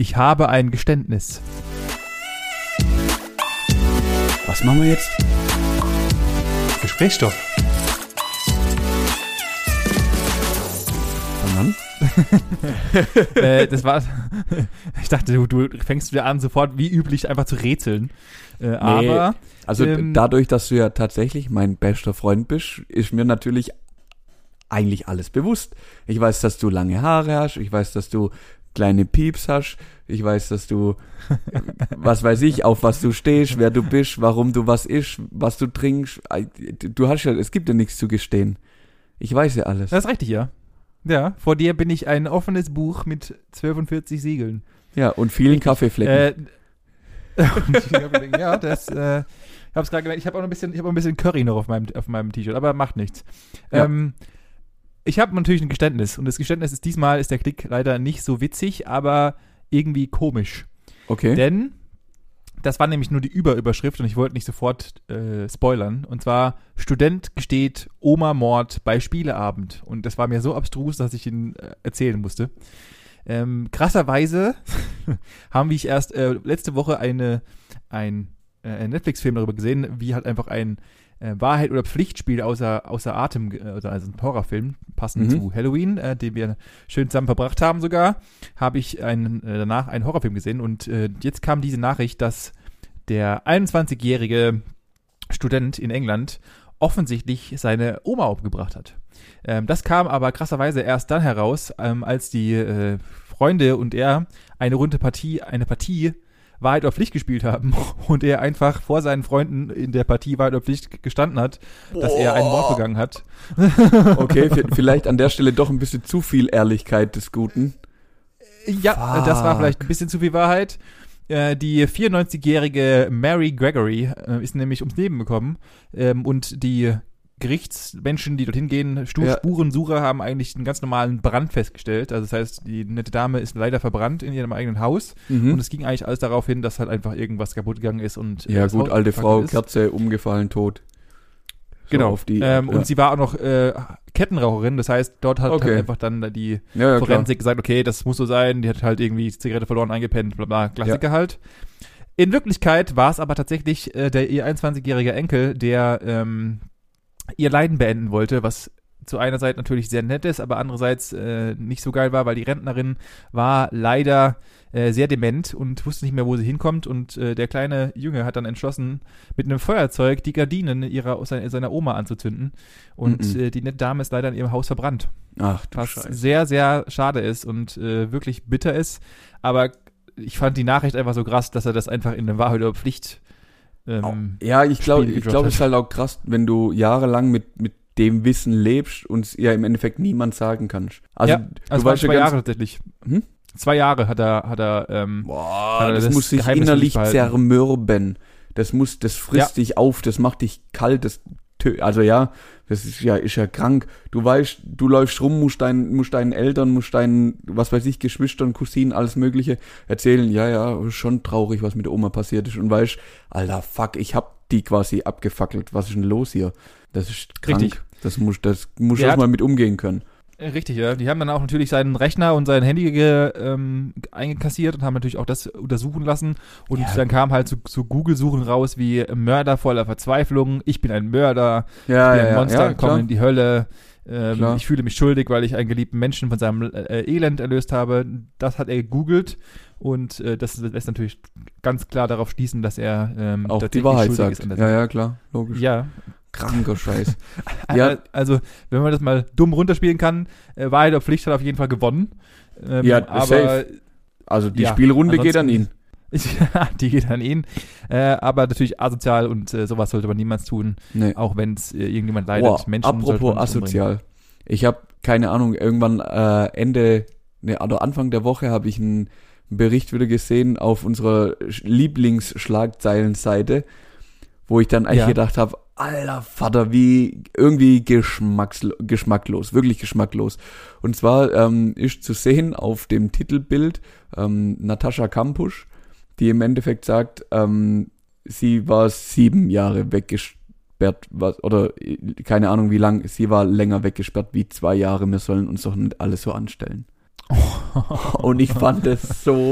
Ich habe ein Geständnis. Was machen wir jetzt? Gesprächsstoff. Fang an. Das war. Ich dachte, du fängst wieder an, sofort wie üblich einfach zu rätseln. Aber. Also dadurch, dass du ja tatsächlich mein bester Freund bist, ist mir natürlich eigentlich alles bewusst. Ich weiß, dass du lange Haare hast. Ich weiß, dass du kleine Pieps hast. Ich weiß, dass du, was weiß ich, auf was du stehst, wer du bist, warum du was isst, was du trinkst. Du hast ja, es gibt ja nichts zu gestehen. Ich weiß ja alles. Das ist richtig, ja. Ja, vor dir bin ich ein offenes Buch mit 42 Siegeln. Ja, und vielen Kaffeeflecken. Ja, das, ich hab's gerade gemerkt, ich habe auch ein bisschen Curry noch auf meinem T-Shirt, aber macht nichts. Ja. Ich habe natürlich ein Geständnis und das Geständnis ist diesmal ist der Klick leider nicht so witzig, aber irgendwie komisch. Okay. Denn das war nämlich nur die Überschrift und ich wollte nicht sofort spoilern. Und zwar, Student gesteht Oma-Mord bei Spieleabend. Und das war mir so abstrus, dass ich ihn erzählen musste. Krasserweise haben wir erst letzte Woche einen Netflix-Film darüber gesehen, wie halt einfach ein Wahrheit- oder Pflichtspiel außer Atem, also ein Horrorfilm, passend zu Halloween, den wir schön zusammen verbracht haben sogar, habe ich danach einen Horrorfilm gesehen und jetzt kam diese Nachricht, dass der 21-jährige Student in England offensichtlich seine Oma umgebracht hat. Das kam aber krasserweise erst dann heraus, als die Freunde und er eine Partie Wahrheit oder Pflicht gespielt haben und er einfach vor seinen Freunden in der Partie Wahrheit oder Pflicht gestanden hat, dass er einen Mord begangen hat. Okay, vielleicht an der Stelle doch ein bisschen zu viel Ehrlichkeit des Guten. Ja, das war vielleicht ein bisschen zu viel Wahrheit. Die 94-jährige Mary Gregory ist nämlich ums Leben gekommen und die Gerichtsmenschen, die dorthin gehen, Spurensucher, haben eigentlich einen ganz normalen Brand festgestellt. Also das heißt, die nette Dame ist leider verbrannt in ihrem eigenen Haus und es ging eigentlich alles darauf hin, dass halt einfach irgendwas kaputt gegangen ist. Und ja gut, Haus alte Frau, ist. Kerze, umgefallen, tot. So genau. auf die, und sie war auch noch Kettenraucherin, das heißt, dort hat halt einfach dann die Forensik gesagt, okay, das muss so sein, die hat halt irgendwie Zigarette verloren, eingepennt, bla bla, Klassiker halt. In Wirklichkeit war es aber tatsächlich ihr 21-jähriger Enkel, der ihr Leiden beenden wollte, was zu einer Seite natürlich sehr nett ist, aber andererseits nicht so geil war, weil die Rentnerin war leider sehr dement und wusste nicht mehr, wo sie hinkommt und der kleine Junge hat dann entschlossen, mit einem Feuerzeug die Gardinen seiner Oma anzuzünden und die nette Dame ist leider in ihrem Haus verbrannt. Ach du was Scheiße. sehr, sehr schade ist und wirklich bitter ist, aber ich fand die Nachricht einfach so krass, dass er das einfach in eine Wahrheit oder Pflicht ja, ich glaube, es ist halt auch krass, wenn du jahrelang mit dem Wissen lebst und es ja im Endeffekt niemand sagen kannst. Also, ja, also du weißt 2 Jahre tatsächlich. 2 Jahre hat er das muss sich Geheimnis innerlich behalten. zermürben. Das frisst dich auf, das macht dich kalt, das ist ja krank. Du weißt, du läufst rum, musst deinen Eltern, was weiß ich, Geschwistern, Cousinen, alles Mögliche erzählen. Ja, schon traurig, was mit der Oma passiert ist. Und weißt, Alter, fuck, ich hab die quasi abgefackelt. Was ist denn los hier? Das ist krank. Richtig. Das musst du mal mit umgehen können. Richtig, ja. Die haben dann auch natürlich seinen Rechner und sein Handy eingekassiert und haben natürlich auch das untersuchen lassen. Und dann kam halt so Google-Suchen raus wie Mörder voller Verzweiflung, ich bin ein Mörder, ich bin ein Monster, komme in die Hölle, ich fühle mich schuldig, weil ich einen geliebten Menschen von seinem Elend erlöst habe. Das hat er gegoogelt und das lässt natürlich ganz klar darauf schließen, dass er auch die Wahrheit sagt. Ist ja, klar, logisch. Ja. Kranker Scheiß. Ja. Also, wenn man das mal dumm runterspielen kann, Wahrheit oder Pflicht hat auf jeden Fall gewonnen. Aber safe. Also die Spielrunde geht an ihn. Die geht an ihn. Aber natürlich asozial und sowas sollte man niemals tun. Nee. Auch wenn es irgendjemand leidet. Menschen apropos asozial. Ich habe, keine Ahnung, irgendwann Anfang der Woche habe ich einen Bericht wieder gesehen auf unserer Lieblingsschlagzeilenseite, wo ich dann eigentlich gedacht habe, alter Vater, wie irgendwie geschmacklos, wirklich geschmacklos. Und zwar ist zu sehen auf dem Titelbild Natascha Kampusch, die im Endeffekt sagt, sie war 7 Jahre weggesperrt, oder keine Ahnung wie lang, sie war länger weggesperrt wie 2 Jahre, wir sollen uns doch nicht alles so anstellen. Und ich fand es so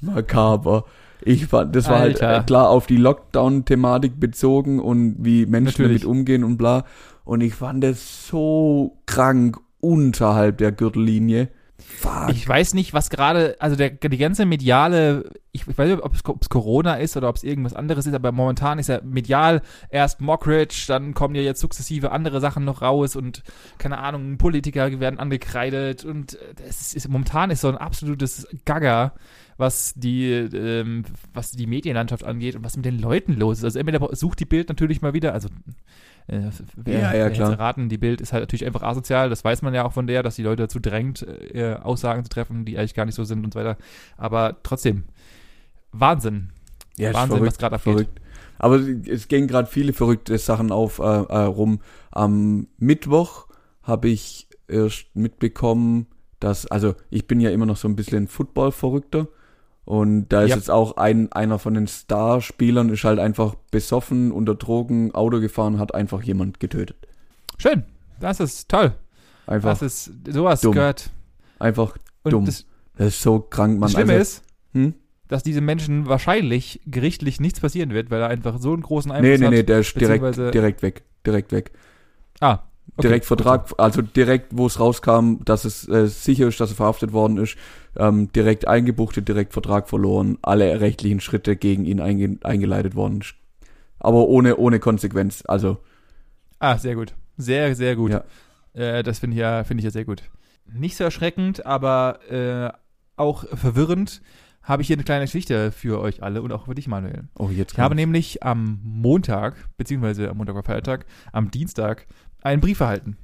makaber. Das war Alter. halt klar auf die Lockdown-Thematik bezogen und wie Menschen Natürlich. damit umgehen und bla. Und ich fand das so krank unterhalb der Gürtellinie. Fuck. Ich weiß nicht, was gerade, also die ganze mediale, ich weiß nicht, ob es Corona ist oder ob es irgendwas anderes ist, aber momentan ist ja medial erst Mockridge, dann kommen ja jetzt sukzessive andere Sachen noch raus und keine Ahnung, Politiker werden angekreidet und momentan ist so ein absolutes Gaga, was die Medienlandschaft angeht und was mit den Leuten los ist. Also entweder sucht die Bild natürlich mal wieder, also wer klar. erraten, die Bild ist halt natürlich einfach asozial, das weiß man ja auch von der, dass die Leute dazu drängt, Aussagen zu treffen, die eigentlich gar nicht so sind und so weiter. Aber trotzdem, Wahnsinn. Ja, Wahnsinn, verrückt, was gerade abgeht. verrückt. Aber es gehen gerade viele verrückte Sachen rum. Am Mittwoch habe ich erst mitbekommen, also ich bin ja immer noch so ein bisschen Football-Verrückter. Und da ist jetzt auch einer von den Starspielern ist halt einfach besoffen, unter Drogen, Auto gefahren, hat einfach jemand getötet. Schön, das ist toll. Einfach Das ist, sowas dumm. gehört. Einfach Und dumm. das Das ist so krank, man. Das Schlimme ist, Hm? dass diese Menschen wahrscheinlich gerichtlich nichts passieren wird, weil er einfach so einen großen Einfluss hat. Nee, der ist beziehungsweise- direkt weg. Ah, okay, Direkt Vertrag, also direkt, wo es rauskam, dass es sicher ist, dass er verhaftet worden ist, direkt eingebuchtet, direkt Vertrag verloren, alle rechtlichen Schritte gegen ihn eingeleitet worden. Aber ohne Konsequenz, also. sehr gut. Sehr, sehr gut. Ja. Das finde ich ja sehr gut. Nicht so erschreckend, aber auch verwirrend habe ich hier eine kleine Geschichte für euch alle und auch für dich, Manuel. Oh, jetzt Ich habe nämlich am Montag, beziehungsweise am Montag war Feiertag, am Dienstag einen Brief erhalten.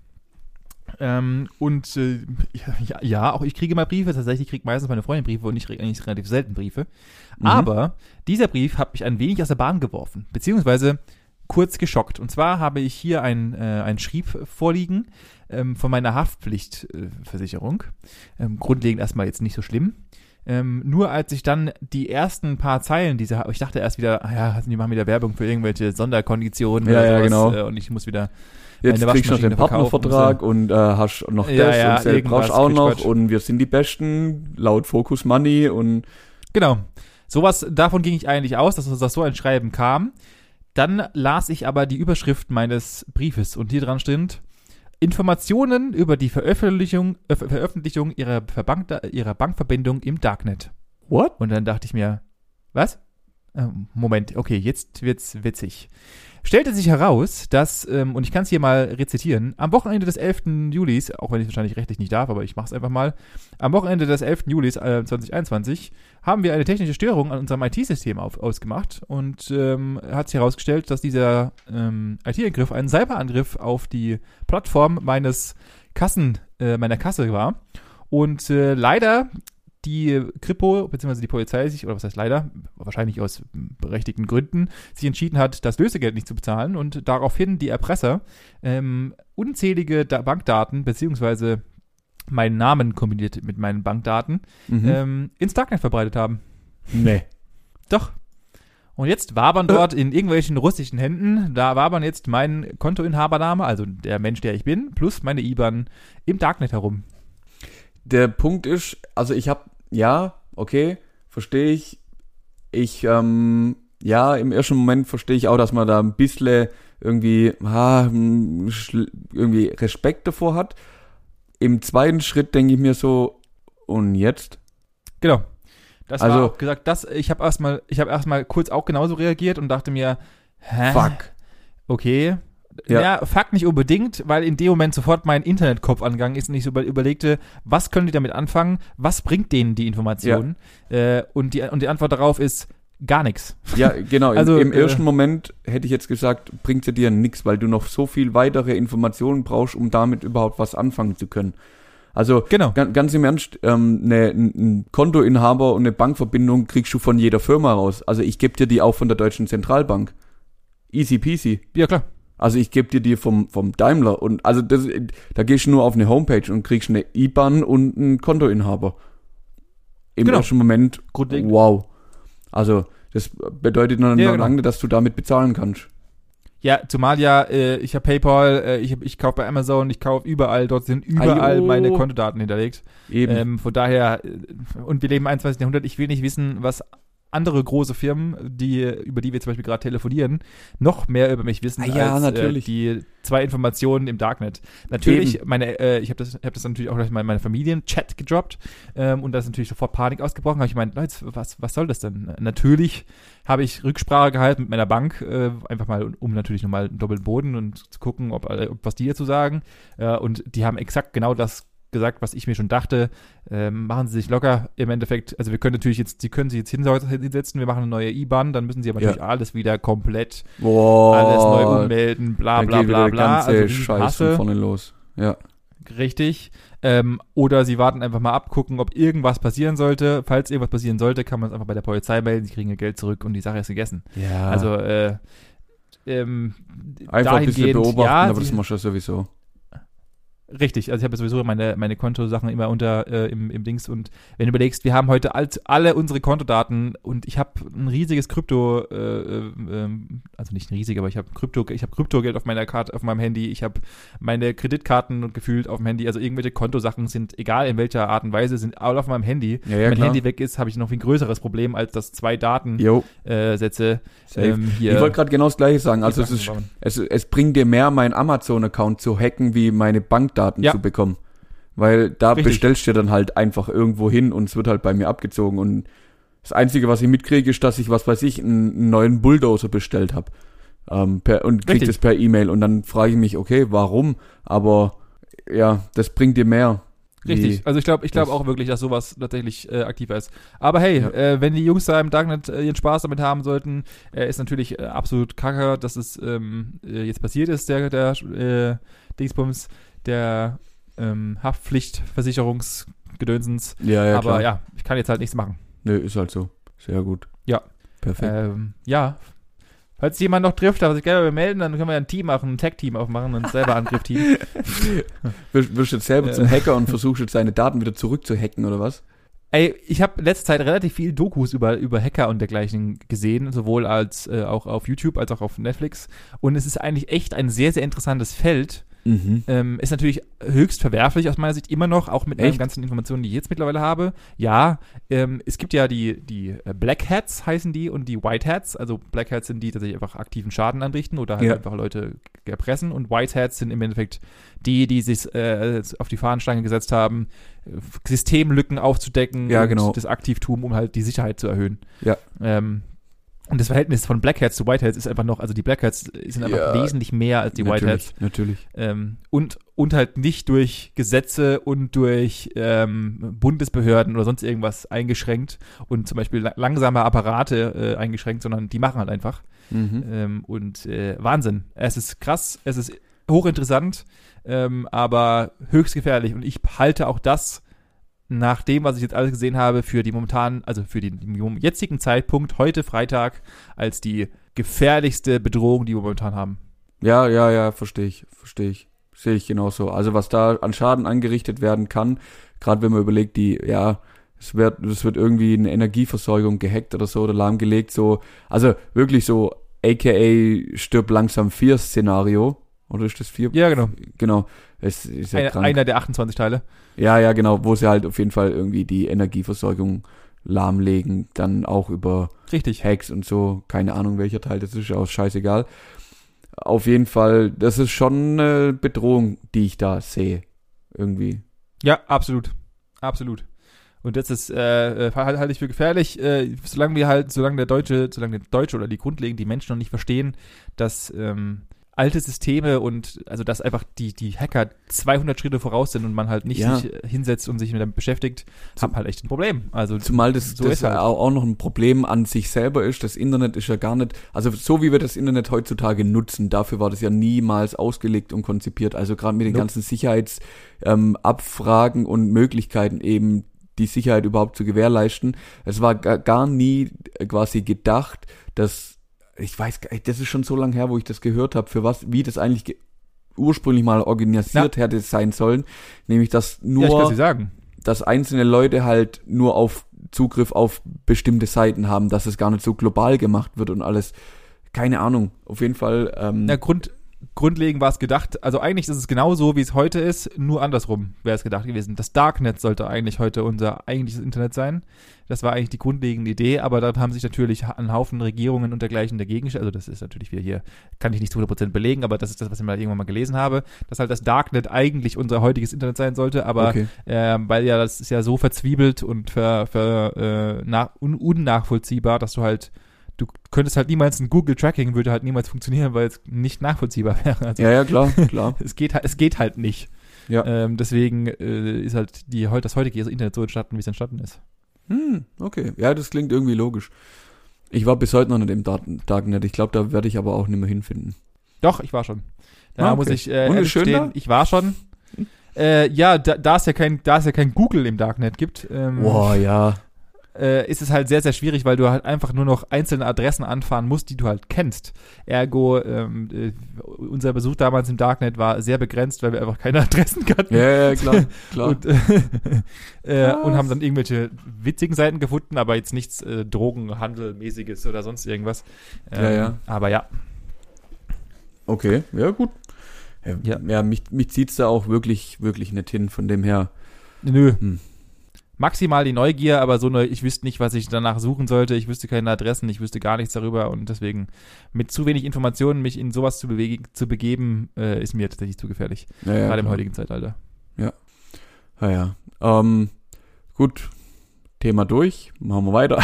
Auch ich kriege mal Briefe. Tatsächlich kriege meistens meine Freundin Briefe und ich kriege eigentlich relativ selten Briefe. Aber dieser Brief hat mich ein wenig aus der Bahn geworfen, beziehungsweise kurz geschockt. Und zwar habe ich hier ein Schrieb vorliegen von meiner Haftpflichtversicherung. Grundlegend erstmal jetzt nicht so schlimm. Nur als ich dann die ersten paar Zeilen ich dachte erst wieder, die machen wieder Werbung für irgendwelche Sonderkonditionen oder sowas, genau. Und ich muss wieder Jetzt eine kriegst du noch den Waschmaschine Partnervertrag und hast noch das und selbst brauchst auch noch und wir sind die Besten, laut Focus Money und genau. Davon ging ich eigentlich aus, dass so ein Schreiben kam. Dann las ich aber die Überschrift meines Briefes und hier dran stand: Informationen über die Veröffentlichung ihrer Bankverbindung im Darknet. What? Und dann dachte ich mir, was? Moment, okay, jetzt wird's witzig. Stellte sich heraus, dass, und ich kann es hier mal rezitieren, am Wochenende des 11. Julis, auch wenn ich wahrscheinlich rechtlich nicht darf, aber ich mache es einfach mal, am Wochenende des 11. Julis 2021 haben wir eine technische Störung an unserem IT-System ausgemacht und hat sich herausgestellt, dass dieser IT-Angriff ein Cyberangriff auf die Plattform meiner Kasse war. Und leider die Kripo, beziehungsweise die Polizei sich, oder was heißt leider, wahrscheinlich aus berechtigten Gründen, sich entschieden hat, das Lösegeld nicht zu bezahlen und daraufhin die Erpresser unzählige Bankdaten, beziehungsweise meinen Namen kombiniert mit meinen Bankdaten, ins Darknet verbreitet haben. Nee. Doch. Und jetzt wabern dort in irgendwelchen russischen Händen, da wabern jetzt mein Kontoinhabername, also der Mensch, der ich bin, plus meine IBAN im Darknet herum. Der Punkt ist, also ich habe, verstehe ich. Im ersten Moment verstehe ich auch, dass man da ein bisschen irgendwie Respekt davor hat. Im zweiten Schritt denke ich mir so, und jetzt? Genau. Das Also, war auch gesagt, ich habe erstmal kurz auch genauso reagiert und dachte mir, fuck. Okay. Ja, fuck nicht unbedingt, weil in dem Moment sofort mein Internetkopf angegangen ist und ich so überlegte, was können die damit anfangen, was bringt denen die Information? Und die Antwort darauf ist gar nichts. Ja, genau. Also, Im ersten Moment hätte ich jetzt gesagt, bringt sie dir nichts, weil du noch so viel weitere Informationen brauchst, um damit überhaupt was anfangen zu können. Also genau. Ganz im Ernst, ein Kontoinhaber und eine Bankverbindung kriegst du von jeder Firma raus. Also ich gebe dir die auch von der Deutschen Zentralbank. Easy peasy. Ja, klar. Also ich gebe dir die vom Daimler und also da gehst du nur auf eine Homepage und kriegst eine IBAN und einen Kontoinhaber. Im ersten Moment, wow. Also das bedeutet noch lange, dass du damit bezahlen kannst. Ja, zumal ich habe PayPal, ich kaufe bei Amazon, ich kaufe überall, dort sind überall meine Kontodaten hinterlegt. Eben. Von daher, und wir leben im 21. Jahrhundert, ich will nicht wissen, was andere große Firmen, über die wir zum Beispiel gerade telefonieren, noch mehr über mich wissen als die 2 Informationen im Darknet. Natürlich, ich habe das natürlich auch gleich mal in meinen Familienchat gedroppt und da ist natürlich sofort Panik ausgebrochen. Habe ich gemeint, Leute, was soll das denn? Natürlich habe ich Rücksprache gehalten mit meiner Bank, einfach mal, um natürlich nochmal einen doppelten Boden und zu gucken, was die dazu sagen. Und die haben exakt genau das gesagt, was ich mir schon dachte. Machen Sie sich locker im Endeffekt. Also wir können natürlich Sie können sich jetzt hinsetzen, wir machen eine neue IBAN, dann müssen Sie aber natürlich alles wieder komplett alles neu ummelden, bla bla bla bla. Also Scheiß von vorne los. Ja. Richtig. Oder Sie warten einfach mal ab, gucken, ob irgendwas passieren sollte. Falls irgendwas passieren sollte, kann man es einfach bei der Polizei melden, Sie kriegen Ihr Geld zurück und die Sache ist gegessen. Ja. Also einfach ein bisschen beobachten, aber das machst du ja sowieso. Richtig, also ich habe sowieso meine Kontosachen immer unter im Dings und wenn du überlegst, wir haben heute alle unsere Kontodaten und ich habe ein riesiges Krypto, also nicht ein riesig, aber ich habe Kryptogeld auf meiner Karte, auf meinem Handy, ich habe meine Kreditkarten gefühlt auf dem Handy, also irgendwelche Kontosachen sind, egal in welcher Art und Weise, sind alle auf meinem Handy. Ja, wenn mein klar. Handy weg ist, habe ich noch ein größeres Problem, als dass 2 Datensätze hier. Ich wollte gerade genau das Gleiche sagen, also es bringt dir mehr, meinen Amazon-Account zu hacken, wie meine Bankdaten zu bekommen. Weil da bestellst du dann halt einfach irgendwo hin und es wird halt bei mir abgezogen. Und das Einzige, was ich mitkriege, ist, dass ich, einen neuen Bulldozer bestellt habe. Und krieg das per E-Mail. Und dann frage ich mich, okay, warum? Aber ja, das bringt dir mehr. Richtig, also ich glaube auch wirklich, dass sowas tatsächlich aktiver ist. Aber hey, wenn die Jungs da im Darknet ihren Spaß damit haben sollten, ist natürlich absolut kacke, dass es jetzt passiert ist, der Dingsbums, der Haftpflichtversicherungsgedönsens. Ja, aber klar. ja, ich kann jetzt halt nichts machen. Nö, ist halt so. Sehr gut. Ja. Perfekt. Ja. Falls jemand noch trifft, aber sich gerne melden, dann können wir ja ein Team machen, ein Tag-Team aufmachen und selber Angriff-Team. Wirst du jetzt selber zum Hacker und versuchst jetzt deine Daten wieder zurückzuhacken, oder was? Ey, ich habe letzte Zeit relativ viel Dokus über Hacker und dergleichen gesehen, sowohl als auch auf YouTube als auch auf Netflix. Und es ist eigentlich echt ein sehr, sehr interessantes Feld. Ist natürlich höchst verwerflich aus meiner Sicht immer noch, auch mit den ganzen Informationen, die ich jetzt mittlerweile habe. Ja, es gibt ja die Black Hats heißen die und die White Hats. Also Black Hats sind die, die tatsächlich einfach aktiven Schaden anrichten oder halt einfach Leute erpressen. Und White Hats sind im Endeffekt die sich auf die Fahnenstange gesetzt haben, Systemlücken aufzudecken und das Aktivtum, um halt die Sicherheit zu erhöhen. Ja. Und das Verhältnis von Black Hats zu White Hats ist einfach noch, also die Black Hats sind einfach wesentlich mehr als die White Hats. Natürlich. Und halt nicht durch Gesetze und durch Bundesbehörden oder sonst irgendwas eingeschränkt und zum Beispiel langsame Apparate eingeschränkt, sondern die machen halt einfach. Wahnsinn. Es ist krass, es ist hochinteressant, aber höchst gefährlich. Und ich halte auch das, nach dem, was ich jetzt alles gesehen habe, für den jetzigen Zeitpunkt, heute Freitag, als die gefährlichste Bedrohung, die wir momentan haben. Ja, verstehe ich. Sehe ich genauso. Also was da an Schaden angerichtet werden kann, gerade wenn man überlegt, es wird irgendwie eine Energieversorgung gehackt oder so oder lahmgelegt, so, also wirklich so aka stirb langsam 4 Szenario. Oder ist das 4? Ja, genau. Genau. Es ist ja krank. Einer der 28 Teile. Ja, genau, wo sie halt auf jeden Fall irgendwie die Energieversorgung lahmlegen, dann auch über Hacks und so, keine Ahnung welcher Teil, das ist ja auch scheißegal. Auf jeden Fall, das ist schon eine Bedrohung, die ich da sehe, irgendwie. Ja, absolut. Und das ist, halte ich für gefährlich, solange der Deutsche oder die grundlegend die Menschen noch nicht verstehen, dass alte Systeme und also dass einfach die Hacker 200 Schritte voraus sind und man halt nicht sich hinsetzt und sich damit beschäftigt, haben halt echt ein Problem. Also zumal das halt auch noch ein Problem an sich selber ist. Das Internet ist ja gar nicht, also so wie wir das Internet heutzutage nutzen, dafür war das ja niemals ausgelegt und konzipiert. Also gerade mit den ganzen Sicherheitsabfragen und Möglichkeiten eben die Sicherheit überhaupt zu gewährleisten. Es war gar nie quasi gedacht, dass ich weiß, das ist schon so lange her, wo ich das gehört habe, wie das eigentlich ursprünglich mal organisiert hätte sein sollen, nämlich dass dass einzelne Leute halt nur auf Zugriff auf bestimmte Seiten haben, dass es gar nicht so global gemacht wird und alles. keine Ahnung, auf jeden Fall. Grundlegend war es gedacht, also eigentlich ist es genau so, wie es heute ist, nur andersrum wäre es gedacht gewesen. Das Darknet sollte eigentlich heute unser eigentliches Internet sein. Das war eigentlich die grundlegende Idee, aber dann haben sich natürlich ein Haufen Regierungen und dergleichen dagegen gestellt. Also das ist natürlich wieder hier, kann ich nicht zu 100% belegen, aber das ist das, was ich mal irgendwann mal gelesen habe, dass halt das Darknet eigentlich unser heutiges Internet sein sollte, aber weil ja das ist ja so verzwiebelt und unnachvollziehbar, dass du könntest halt niemals, ein Google-Tracking würde halt niemals funktionieren, weil es nicht nachvollziehbar wäre. Also, ja, klar. es geht halt nicht. Ja. Deswegen ist halt das heutige Internet so entstanden, wie es entstanden ist. Okay. Ja, das klingt irgendwie logisch. Ich war bis heute noch nicht im Darknet. Ich glaube, da werde ich aber auch nicht mehr hinfinden. Doch, ich war schon. Da muss ich schön gestehen, ich war schon. Da es ja kein Google im Darknet gibt, ja. Ist es halt sehr, sehr schwierig, weil du halt einfach nur noch einzelne Adressen anfahren musst, die du halt kennst. Ergo, unser Besuch damals im Darknet war sehr begrenzt, weil wir einfach keine Adressen kannten. Ja, klar. Und haben dann irgendwelche witzigen Seiten gefunden, aber jetzt nichts Drogenhandelmäßiges oder sonst irgendwas. Aber ja. Okay, ja gut. Ja, mich zieht's da auch wirklich, wirklich nicht hin, von dem her. Nö. Maximal die Neugier, aber ich wüsste nicht, was ich danach suchen sollte. Ich wüsste keine Adressen, ich wüsste gar nichts darüber und deswegen mit zu wenig Informationen mich in sowas zu begeben, ist mir tatsächlich zu gefährlich. Gerade im heutigen Zeitalter. Ja. Gut. Thema durch. Machen wir weiter.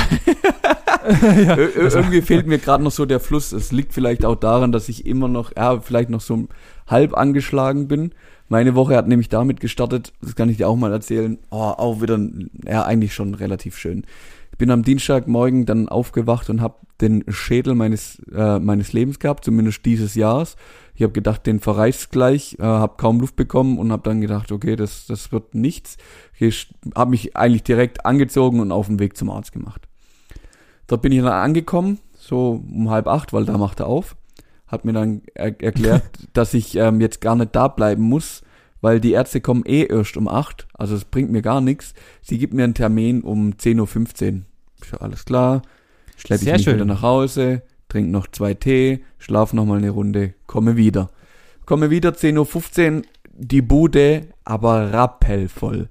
Irgendwie fehlt mir gerade noch so der Fluss. Es liegt vielleicht auch daran, dass ich immer noch, vielleicht noch so halb angeschlagen bin. Meine Woche hat nämlich damit gestartet, das kann ich dir auch mal erzählen, auch wieder, eigentlich schon relativ schön. Ich bin am Dienstagmorgen dann aufgewacht und habe den Schädel meines Lebens gehabt, zumindest dieses Jahres. Ich habe gedacht, den verreißt gleich, habe kaum Luft bekommen und habe dann gedacht, okay, das wird nichts. Ich habe mich eigentlich direkt angezogen und auf den Weg zum Arzt gemacht. Dort bin ich dann angekommen, so um 7:30, weil da macht er auf. Hat mir dann erklärt, dass ich jetzt gar nicht da bleiben muss, weil die Ärzte kommen erst um 8, also es bringt mir gar nichts. Sie gibt mir einen Termin um 10:15 Uhr. Ist ja alles klar, schleppe ich mich wieder nach Hause, trinke noch 2 Tee, schlafe nochmal eine Runde, komme wieder 10:15 Uhr, die Bude aber rappelvoll,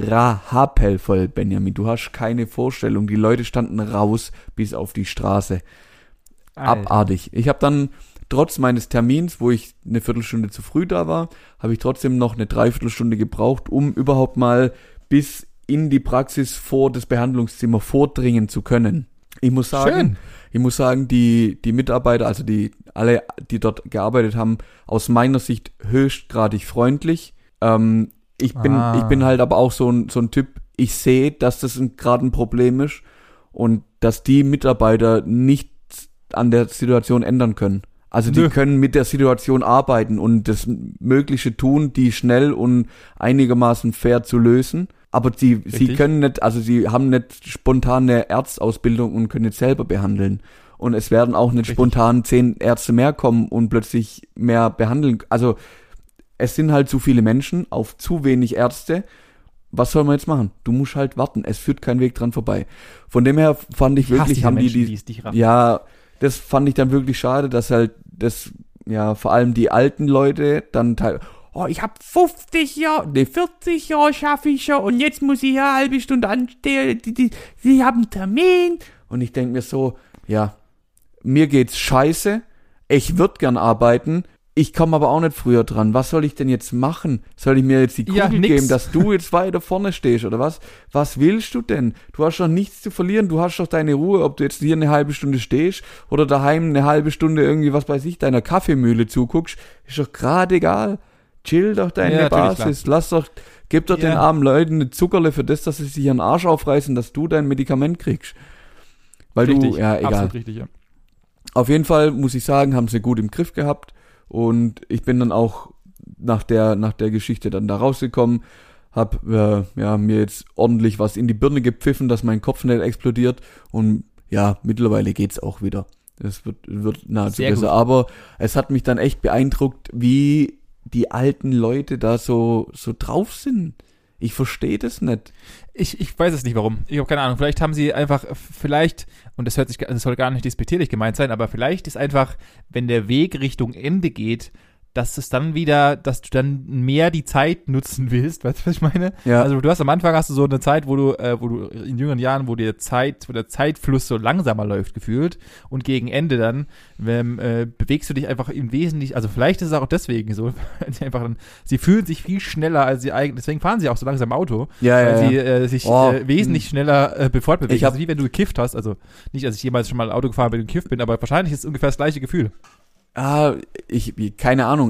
Benjamin, du hast keine Vorstellung, die Leute standen raus bis auf die Straße. Alter. Abartig. Ich habe dann trotz meines Termins, wo ich eine Viertelstunde zu früh da war, habe ich trotzdem noch eine Dreiviertelstunde gebraucht, um überhaupt mal bis in die Praxis vor das Behandlungszimmer vordringen zu können. Ich muss sagen, die Mitarbeiter, also alle, die dort gearbeitet haben, aus meiner Sicht höchstgradig freundlich. Ich bin halt aber auch so ein Typ, ich sehe, dass das gerade ein Problem ist und dass die Mitarbeiter nicht an der Situation ändern können. Also die können mit der Situation arbeiten und das Mögliche tun, die schnell und einigermaßen fair zu lösen. Aber sie können nicht, also sie haben nicht spontane Ärztausbildung und können nicht selber behandeln. Und es werden auch nicht spontan 10 Ärzte mehr kommen und plötzlich mehr behandeln. Also es sind halt zu viele Menschen auf zu wenig Ärzte. Was soll man jetzt machen? Du musst halt warten. Es führt kein Weg dran vorbei. Von dem her fand ich wirklich, das fand ich dann wirklich schade, dass halt vor allem die alten Leute dann ich hab 40 Jahre schaffe ich schon und jetzt muss ich hier eine halbe Stunde anstehen, sie haben einen Termin. Und ich denke mir so, mir geht's scheiße, ich würde gern arbeiten, ich komme aber auch nicht früher dran. Was soll ich denn jetzt machen? Soll ich mir jetzt die Kugel geben, dass du jetzt weiter vorne stehst oder was? Was willst du denn? Du hast doch nichts zu verlieren. Du hast doch deine Ruhe, ob du jetzt hier eine halbe Stunde stehst oder daheim eine halbe Stunde irgendwie, was weiß ich, deiner Kaffeemühle zuguckst. Ist doch gerade egal. Chill doch deine Basis. Gib doch den armen Leuten eine Zuckerle für das, dass sie sich ihren Arsch aufreißen, dass du dein Medikament kriegst. Weil egal. Absolut richtig, ja. Auf jeden Fall muss ich sagen, haben sie gut im Griff gehabt. Und ich bin dann auch nach der Geschichte dann da rausgekommen, hab mir jetzt ordentlich was in die Birne gepfiffen, dass mein Kopf nicht explodiert und mittlerweile geht's auch wieder. Es wird nahezu sehr besser, gut. Aber es hat mich dann echt beeindruckt, wie die alten Leute da so drauf sind. Ich verstehe das nicht. Ich weiß es nicht, warum. Ich habe keine Ahnung. Vielleicht haben sie einfach, und das soll gar nicht despektierlich gemeint sein, aber vielleicht ist einfach, wenn der Weg Richtung Ende geht, dass du dann mehr die Zeit nutzen willst, weißt du, was ich meine? Ja. Also du hast am Anfang so eine Zeit, wo du in jüngeren Jahren, wo der Zeitfluss so langsamer läuft, gefühlt, und gegen Ende dann bewegst du dich einfach im Wesentlichen, also vielleicht ist es auch deswegen so, sie fühlen sich viel schneller, als sie eigentlich, deswegen fahren sie auch so langsam Auto, weil sie sich wesentlich schneller fortbewegen. Also wie wenn du gekifft hast, also nicht, dass ich jemals schon mal Auto gefahren bin und gekifft bin, aber wahrscheinlich ist es ungefähr das gleiche Gefühl. Keine Ahnung,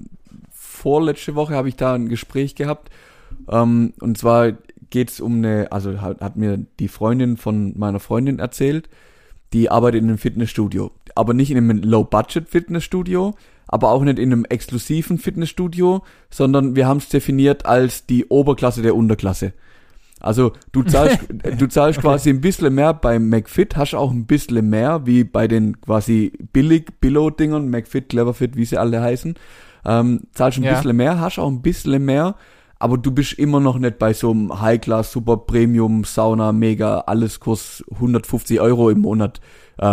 vorletzte Woche habe ich da ein Gespräch gehabt, und zwar geht's hat mir die Freundin von meiner Freundin erzählt, die arbeitet in einem Fitnessstudio, aber nicht in einem Low-Budget-Fitnessstudio, aber auch nicht in einem exklusiven Fitnessstudio, sondern wir haben es definiert als die Oberklasse der Unterklasse. Also du zahlst quasi ein bisschen mehr beim McFit, hast auch ein bisschen mehr wie bei den quasi Billo-Dingern, McFit, Cleverfit, wie sie alle heißen. Zahlst ein bisschen mehr, hast auch ein bisschen mehr, aber du bist immer noch nicht bei so einem High-Class, Super Premium, Sauna, Mega, alles Kurs 150 € im Monat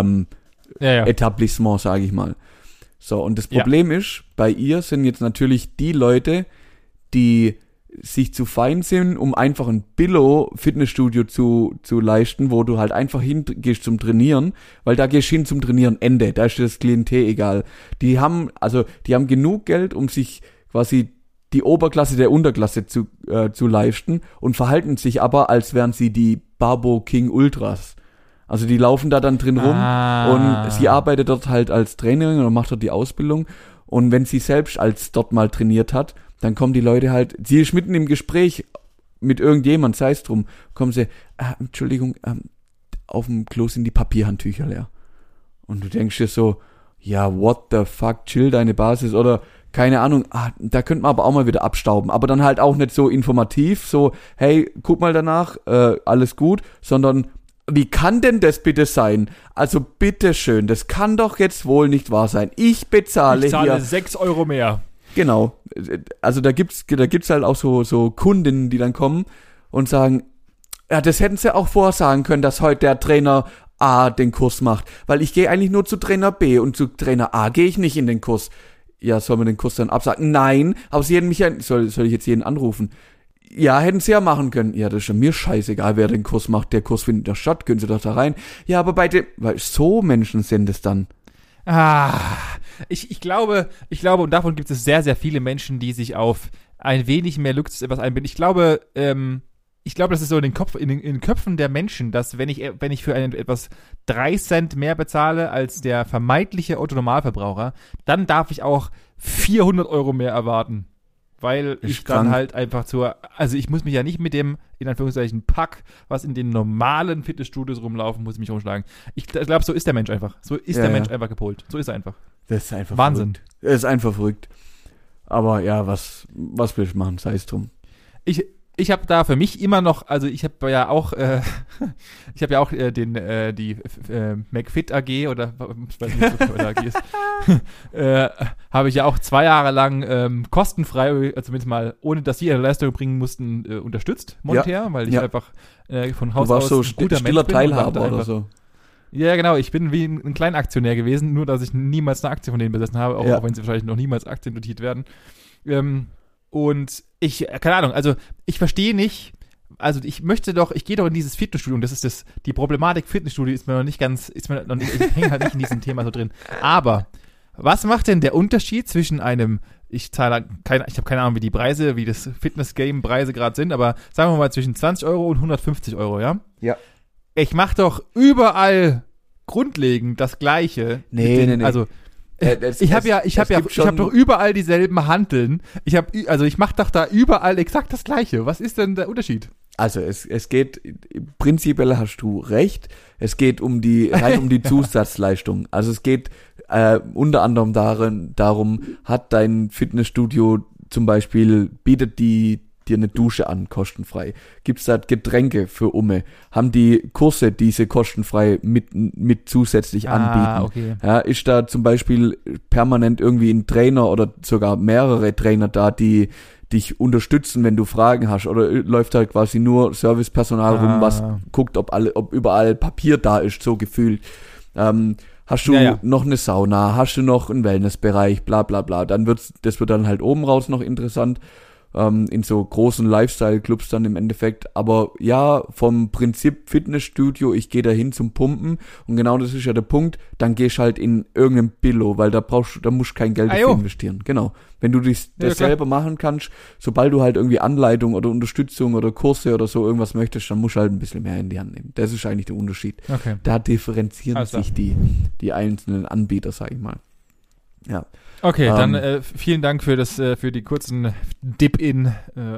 Etablissement, sage ich mal. So, und das Problem ist, bei ihr sind jetzt natürlich die Leute, die sich zu fein sind, um einfach ein Billo-Fitnessstudio zu leisten, wo du halt einfach hingehst zum Trainieren, weil da gehst du hin zum Trainieren, Ende, da ist dir das Klientel egal. Die haben genug Geld, um sich quasi die Oberklasse der Unterklasse zu leisten und verhalten sich aber, als wären sie die Barbo King Ultras. Also die laufen da dann drin rum und sie arbeitet dort halt als Trainerin oder macht dort die Ausbildung, und wenn sie selbst als dort mal trainiert hat, dann kommen die Leute halt, sie ist mitten im Gespräch mit irgendjemand, sei es drum, kommen sie, Entschuldigung, auf dem Klo sind die Papierhandtücher leer. Und du denkst dir so, ja, what the fuck, chill deine Basis, oder keine Ahnung, da könnte man aber auch mal wieder abstauben, aber dann halt auch nicht so informativ, so, hey, guck mal danach, alles gut, sondern, wie kann denn das bitte sein? Also bitteschön, das kann doch jetzt wohl nicht wahr sein. Ich zahle hier 6 € mehr. Genau, also da gibt's halt auch so Kundinnen, die dann kommen und sagen, ja, das hätten sie auch vorsagen können, dass heute der Trainer A den Kurs macht, weil ich gehe eigentlich nur zu Trainer B und zu Trainer A gehe ich nicht in den Kurs. Ja, soll man den Kurs dann absagen? Nein, aber sie hätten mich soll ich jetzt jeden anrufen? Ja, hätten sie ja machen können. Ja, das ist ja mir scheißegal, wer den Kurs macht. Der Kurs findet ja statt, können sie doch da rein. Ja, aber weil so Menschen sind es dann. Ich glaube, und davon gibt es sehr, sehr viele Menschen, die sich auf ein wenig mehr Luxus etwas einbilden. Ich glaube, das ist so in den Köpfen der Menschen, dass wenn ich für etwas 3 Cent mehr bezahle als der vermeintliche Otto-Normalverbraucher, dann darf ich auch 400 € mehr erwarten. Weil ich dann halt einfach also ich muss mich ja nicht mit dem, in Anführungszeichen, Pack, was in den normalen Fitnessstudios rumlaufen, muss ich mich rumschlagen. Ich glaube, so ist der Mensch einfach. So ist der Mensch einfach gepolt. So ist er einfach. Das ist einfach Wahnsinn. Verrückt. Das ist einfach verrückt. Aber ja, was will ich machen? Sei es drum. Ich habe da für mich immer noch, also ich habe ja auch die McFit AG oder ich weiß nicht, was AG ist, habe ich ja auch 2 Jahre lang kostenfrei, zumindest mal, ohne dass sie ihre Leistung bringen mussten, unterstützt, monetär, weil ich einfach von Haus aus so ein guter stiller Teilhaber oder so. Ja, genau, ich bin wie ein Kleinaktionär gewesen, nur dass ich niemals eine Aktie von denen besessen habe, auch wenn sie wahrscheinlich noch niemals Aktien notiert werden. Und keine Ahnung, also ich verstehe nicht, also ich gehe doch in dieses Fitnessstudio, und das ist die Problematik Fitnessstudio ich hänge halt nicht in diesem Thema so drin. Aber was macht denn der Unterschied zwischen ich habe keine Ahnung, wie das Fitness-Game-Preise gerade sind, aber sagen wir mal zwischen 20 € und 150 €, ja? Ja. Ich mache doch überall grundlegend das Gleiche. Nee. Also ich habe doch überall dieselben Hanteln. Ich mache doch da überall exakt das Gleiche. Was ist denn der Unterschied? Also es geht, prinzipiell hast du recht, es geht um die Zusatzleistung. Also es geht unter anderem darum, hat dein Fitnessstudio zum Beispiel, bietet dir eine Dusche an, kostenfrei. Gibt's da Getränke für Haben die Kurse diese kostenfrei mit zusätzlich anbieten? Okay. Ja, ist da zum Beispiel permanent irgendwie ein Trainer oder sogar mehrere Trainer da, die dich unterstützen, wenn du Fragen hast, oder läuft halt quasi nur Servicepersonal rum, was guckt, ob überall Papier da ist, so gefühlt. Hast du noch eine Sauna, hast du noch einen Wellnessbereich, bla bla bla. Das wird dann halt oben raus noch interessant, in so großen Lifestyle-Clubs dann im Endeffekt. Aber ja, vom Prinzip Fitnessstudio, ich gehe da hin zum Pumpen, und genau das ist ja der Punkt, dann gehst halt in irgendein Billo, weil da musst du kein Geld dafür investieren. Genau. Wenn du das selber machen kannst, sobald du halt irgendwie Anleitung oder Unterstützung oder Kurse oder so irgendwas möchtest, dann musst du halt ein bisschen mehr in die Hand nehmen. Das ist eigentlich der Unterschied. Okay. Da differenzieren sich die einzelnen Anbieter, sag ich mal. Ja. Okay, dann vielen Dank für die kurzen Dip in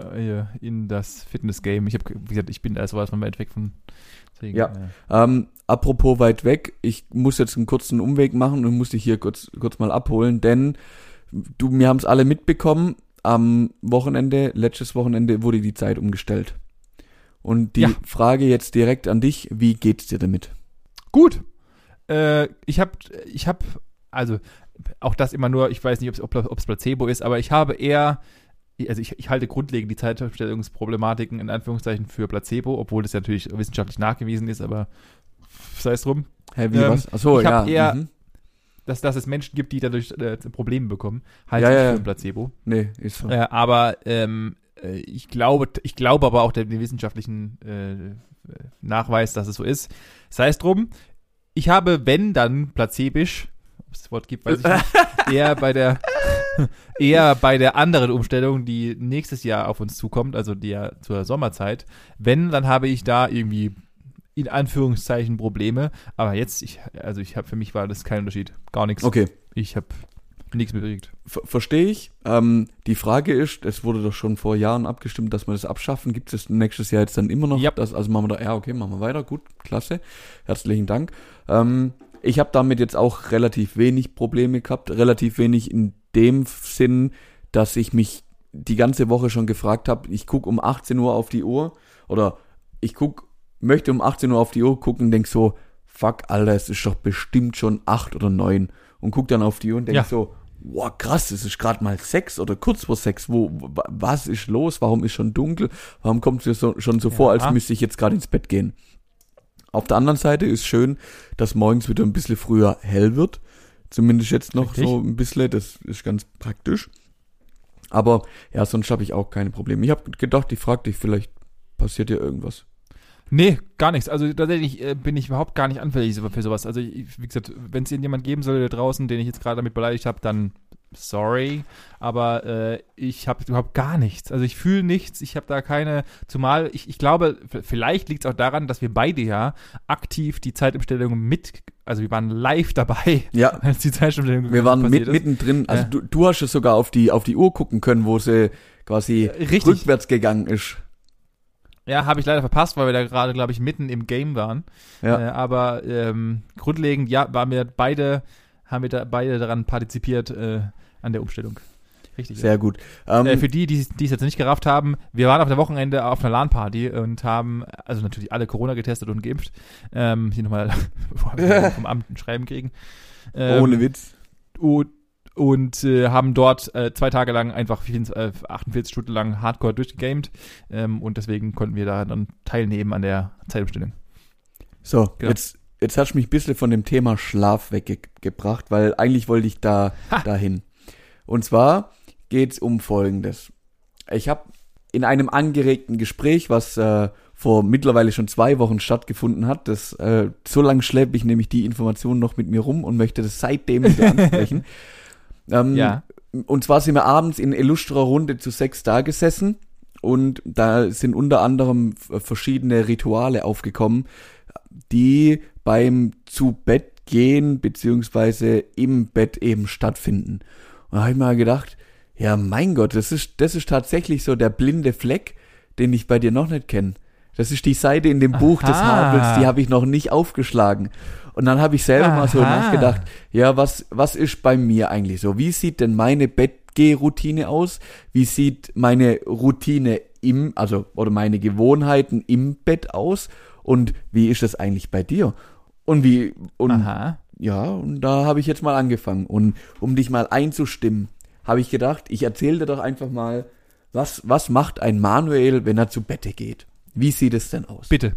das Fitness-Game. Wie gesagt, ich bin da sowas von weit weg von. Deswegen, ja. Apropos weit weg, ich muss jetzt einen kurzen Umweg machen und muss dich hier kurz mal abholen, denn wir haben es alle mitbekommen, am letztes Wochenende wurde die Zeit umgestellt. Und die Frage jetzt direkt an dich, wie geht's dir damit? Gut. Ich hab also auch das immer nur, ich weiß nicht, ob es Placebo ist, aber ich habe eher, also ich halte grundlegend die Zeitumstellungsproblematiken in Anführungszeichen für Placebo, obwohl das ja natürlich wissenschaftlich nachgewiesen ist, aber sei es drum. Hä, wie was? Achso, ich habe eher, dass es Menschen gibt, die dadurch Probleme bekommen, halte ich für ein Placebo. Nee, ist so. Aber ich glaube aber auch den wissenschaftlichen Nachweis, dass es so ist. Sei es drum, ich habe, wenn dann plazebisch, ob es das Wort gibt, weiß ich nicht, eher bei der anderen Umstellung, die nächstes Jahr auf uns zukommt, also die ja zur Sommerzeit. Wenn, dann habe ich da irgendwie in Anführungszeichen Probleme. Aber jetzt, für mich war das kein Unterschied. Gar nichts. Okay. Ich habe nichts bewegt. Verstehe ich. Die Frage ist, es wurde doch schon vor Jahren abgestimmt, dass wir das abschaffen. Gibt es nächstes Jahr jetzt dann immer noch? Ja. Also machen wir machen wir weiter. Gut, klasse. Herzlichen Dank. Ich habe damit jetzt auch relativ wenig Probleme gehabt. Relativ wenig in dem Sinn, dass ich mich die ganze Woche schon gefragt habe, ich gucke um 18 Uhr auf die Uhr oder möchte um 18 Uhr auf die Uhr gucken und denk so, fuck, Alter, es ist doch bestimmt schon 8 oder 9 und guck dann auf die Uhr und denk so, wow, krass, es ist gerade mal 6 oder kurz vor 6, was ist los, warum ist schon dunkel, warum kommt es mir schon so vor, als müsste ich jetzt gerade ins Bett gehen. Auf der anderen Seite ist schön, dass morgens wieder ein bisschen früher hell wird, zumindest jetzt noch so ein bisschen, das ist ganz praktisch. Aber ja, sonst habe ich auch keine Probleme. Ich habe gedacht, ich frage dich, vielleicht passiert dir irgendwas. Nee, gar nichts. Also tatsächlich bin ich überhaupt gar nicht anfällig für sowas. Also wie gesagt, wenn es jemand geben soll da draußen, den ich jetzt gerade damit beleidigt habe, dann sorry. Aber ich habe überhaupt gar nichts. Also ich fühle nichts. Ich habe da keine, zumal ich glaube, vielleicht liegt es auch daran, dass wir beide ja aktiv die Zeitumstellung also wir waren live dabei, als die Zeitumstellung wir waren mittendrin. Also du hast es sogar auf die Uhr gucken können, wo sie quasi rückwärts gegangen ist. Ja, habe ich leider verpasst, weil wir da gerade, glaube ich, mitten im Game waren. Ja. Aber grundlegend, haben wir beide daran partizipiert an der Umstellung. Richtig. Sehr gut. Für die es jetzt nicht gerafft haben, wir waren auf der Wochenende auf einer LAN-Party und haben, also natürlich alle Corona getestet und geimpft. Hier nochmal vom Amt ein Schreiben kriegen. Ohne Witz. Und haben dort 2 Tage lang einfach 48 Stunden lang Hardcore durchgegamed und deswegen konnten wir da dann teilnehmen an der Zeitumstellung. So, genau. Jetzt hast du mich ein bisschen von dem Thema Schlaf weggebracht, weil eigentlich wollte ich dahin. Und zwar geht's um Folgendes. Ich habe in einem angeregten Gespräch, was vor mittlerweile schon 2 Wochen stattgefunden hat, so lange schleppe ich nämlich die Informationen noch mit mir rum und möchte das seitdem wieder ansprechen. Und zwar sind wir abends in illustrer Runde zu 6 da gesessen und da sind unter anderem verschiedene Rituale aufgekommen, die beim zu Bett gehen beziehungsweise im Bett eben stattfinden. Und da habe ich mal gedacht, ja mein Gott, das ist tatsächlich so der blinde Fleck, den ich bei dir noch nicht kenne. Das ist die Seite in dem Buch des Havels, die habe ich noch nicht aufgeschlagen. Und dann habe ich selber mal so nachgedacht, ja, was ist bei mir eigentlich so? Wie sieht denn meine Bettgeh-Routine aus? Wie sieht meine Routine oder meine Gewohnheiten im Bett aus? Und wie ist das eigentlich bei dir? Und da habe ich jetzt mal angefangen. Und um dich mal einzustimmen, habe ich gedacht, ich erzähle dir doch einfach mal, Was macht ein Manuel, wenn er zu Bette geht? Wie sieht es denn aus? Bitte.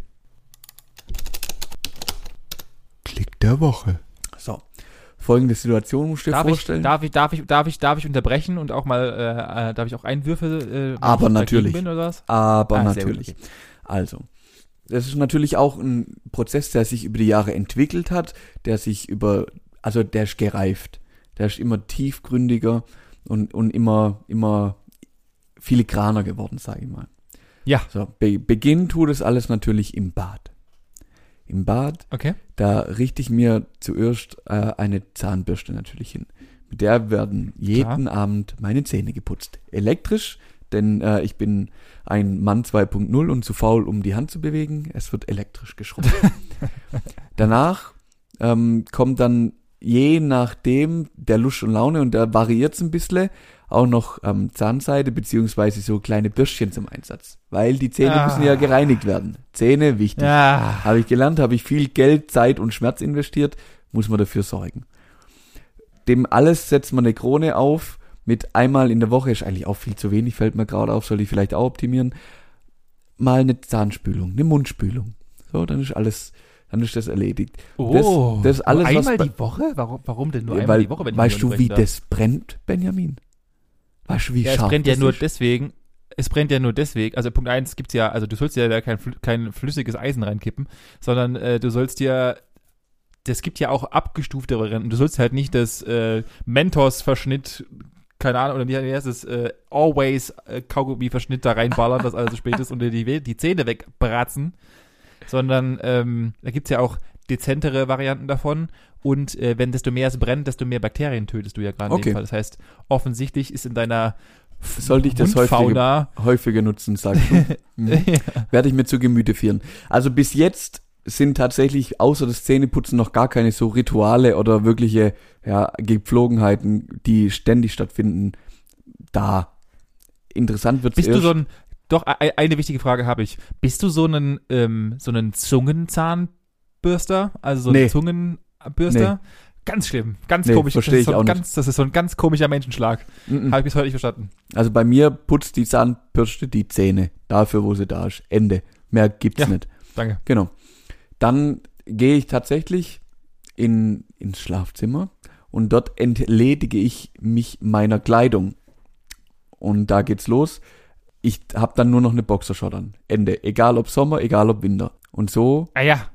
Klick der Woche. So, folgende Situation musst du dir vorstellen. Darf ich unterbrechen und auch mal, darf ich auch Einwürfe, aber natürlich. Bin oder was? Aber natürlich. Gut, okay. Also, das ist natürlich auch ein Prozess, der sich über die Jahre entwickelt hat, der ist gereift. Der ist immer tiefgründiger und immer filigraner geworden, sage ich mal. Ja. So, Beginn tut es alles natürlich im Bad. Im Bad, okay. Da richte ich mir zuerst eine Zahnbürste natürlich hin. Mit der werden jeden Abend meine Zähne geputzt. Elektrisch, denn ich bin ein Mann 2.0 und zu faul, um die Hand zu bewegen. Es wird elektrisch geschrubbt. Danach kommt dann je nachdem der Lust und Laune, und da variiert es ein bisschen, auch noch Zahnseide beziehungsweise so kleine Bürstchen zum Einsatz. Weil die Zähne müssen ja gereinigt werden. Zähne, wichtig. Habe ich gelernt, habe ich viel Geld, Zeit und Schmerz investiert, muss man dafür sorgen. Dem alles setzt man eine Krone auf, mit einmal in der Woche, ist eigentlich auch viel zu wenig, fällt mir gerade auf, soll ich vielleicht auch optimieren, mal eine Zahnspülung, eine Mundspülung. So, dann ist das erledigt. Oh, das alles, einmal die Woche? Warum denn nur einmal die Woche? Wenn weißt du, wie das brennt, Benjamin? Weißt du, wie scharf es brennt das ja nur ist? deswegen. Es brennt ja nur deswegen. Also Punkt 1 gibt's ja, also du sollst ja da kein flüssiges Eisen reinkippen, sondern du sollst ja, das gibt ja auch abgestufte Varianten. Du sollst halt nicht das Mentos-Verschnitt, keine Ahnung, oder wie heißt es, Always Kaugummi-Verschnitt da reinballern, dass alles so spät ist und dir die Zähne wegbratzen, sondern da gibt's ja auch dezentere Varianten davon. Und wenn desto mehr es brennt, desto mehr Bakterien tötest du ja gerade in dem Fall. Das heißt, offensichtlich ist in deiner sollte ich das häufiger nutzen, sagst du? Ja. Werde ich mir zu Gemüte führen. Also bis jetzt sind tatsächlich außer das Zähneputzen noch gar keine so Rituale oder wirkliche Gepflogenheiten, die ständig stattfinden, da. Interessant wird's erst. Bist du so ein, doch, eine wichtige Frage habe ich. Bist du so einen Zungenzahnbürster? Also so ein Zungenbürster? Nee. Ganz schlimm, ganz komisch. Verstehe ich auch nicht. Das ist so ein ganz komischer Menschenschlag. Habe ich bis heute nicht verstanden. Also bei mir putzt die Zahnbürste die Zähne. Dafür, wo sie da ist. Ende. Mehr gibt's nicht. Danke. Genau. Dann gehe ich tatsächlich ins Schlafzimmer und dort entledige ich mich meiner Kleidung. Und da geht's los. Ich habe dann nur noch eine Boxershort an. Ende. Egal ob Sommer, egal ob Winter. Und so.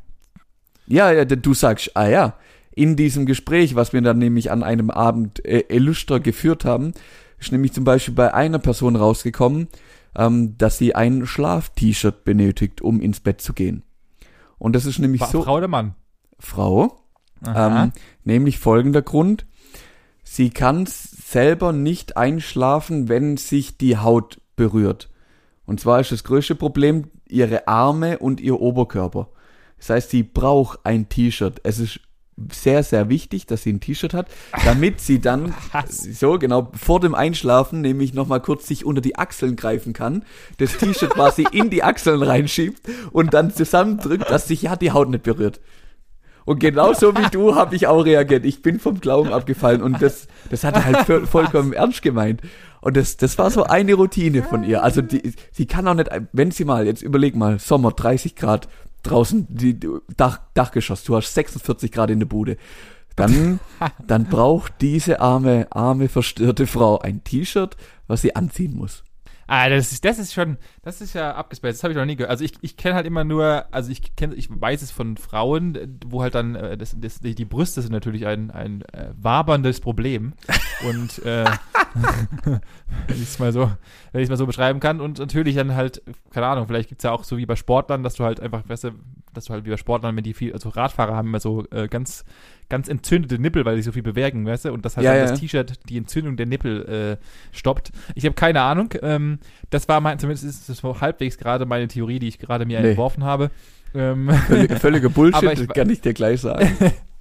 Ja, du sagst, in diesem Gespräch, was wir dann nämlich an einem Abend illustrer geführt haben, ist nämlich zum Beispiel bei einer Person rausgekommen, dass sie ein Schlaf-T-Shirt benötigt, um ins Bett zu gehen. Und das ist nämlich so... Frau oder Mann? Frau. Nämlich folgender Grund. Sie kann selber nicht einschlafen, wenn sich die Haut berührt. Und zwar ist das größte Problem ihre Arme und ihr Oberkörper. Das heißt, sie braucht ein T-Shirt. Es ist sehr, sehr wichtig, dass sie ein T-Shirt hat, damit sie dann vor dem Einschlafen nämlich nochmal kurz sich unter die Achseln greifen kann, das T-Shirt quasi in die Achseln reinschiebt und dann zusammendrückt, dass sich die Haut nicht berührt. Und genauso wie du habe ich auch reagiert. Ich bin vom Glauben abgefallen und das hat er halt vollkommen ernst gemeint. Und das war so eine Routine von ihr. Also sie kann auch nicht, wenn sie mal, jetzt überleg mal, Sommer, 30 Grad, draußen, die Dachgeschoss, du hast 46 Grad in der Bude. Dann braucht diese arme, verstörte Frau ein T-Shirt, was sie anziehen muss. Das ist ja abgespaced, das habe ich noch nie gehört. Also ich kenne halt immer nur, ich weiß es von Frauen, wo halt dann, die Brüste sind natürlich ein waberndes Problem. Und wenn ich es mal so beschreiben kann. Und natürlich dann halt, keine Ahnung, vielleicht gibt's ja auch so wie bei Sportlern, dass du halt einfach, weißt du, dass du halt wie bei Sportlern, wenn die viel, also Radfahrer haben immer so ganz entzündete Nippel, weil die so viel bewegen, weißt du, und das halt das T-Shirt die Entzündung der Nippel stoppt. Ich habe keine Ahnung. Das war zumindest ist das halbwegs gerade meine Theorie, die ich gerade mir entworfen habe. Völliger Bullshit, kann ich dir gleich sagen.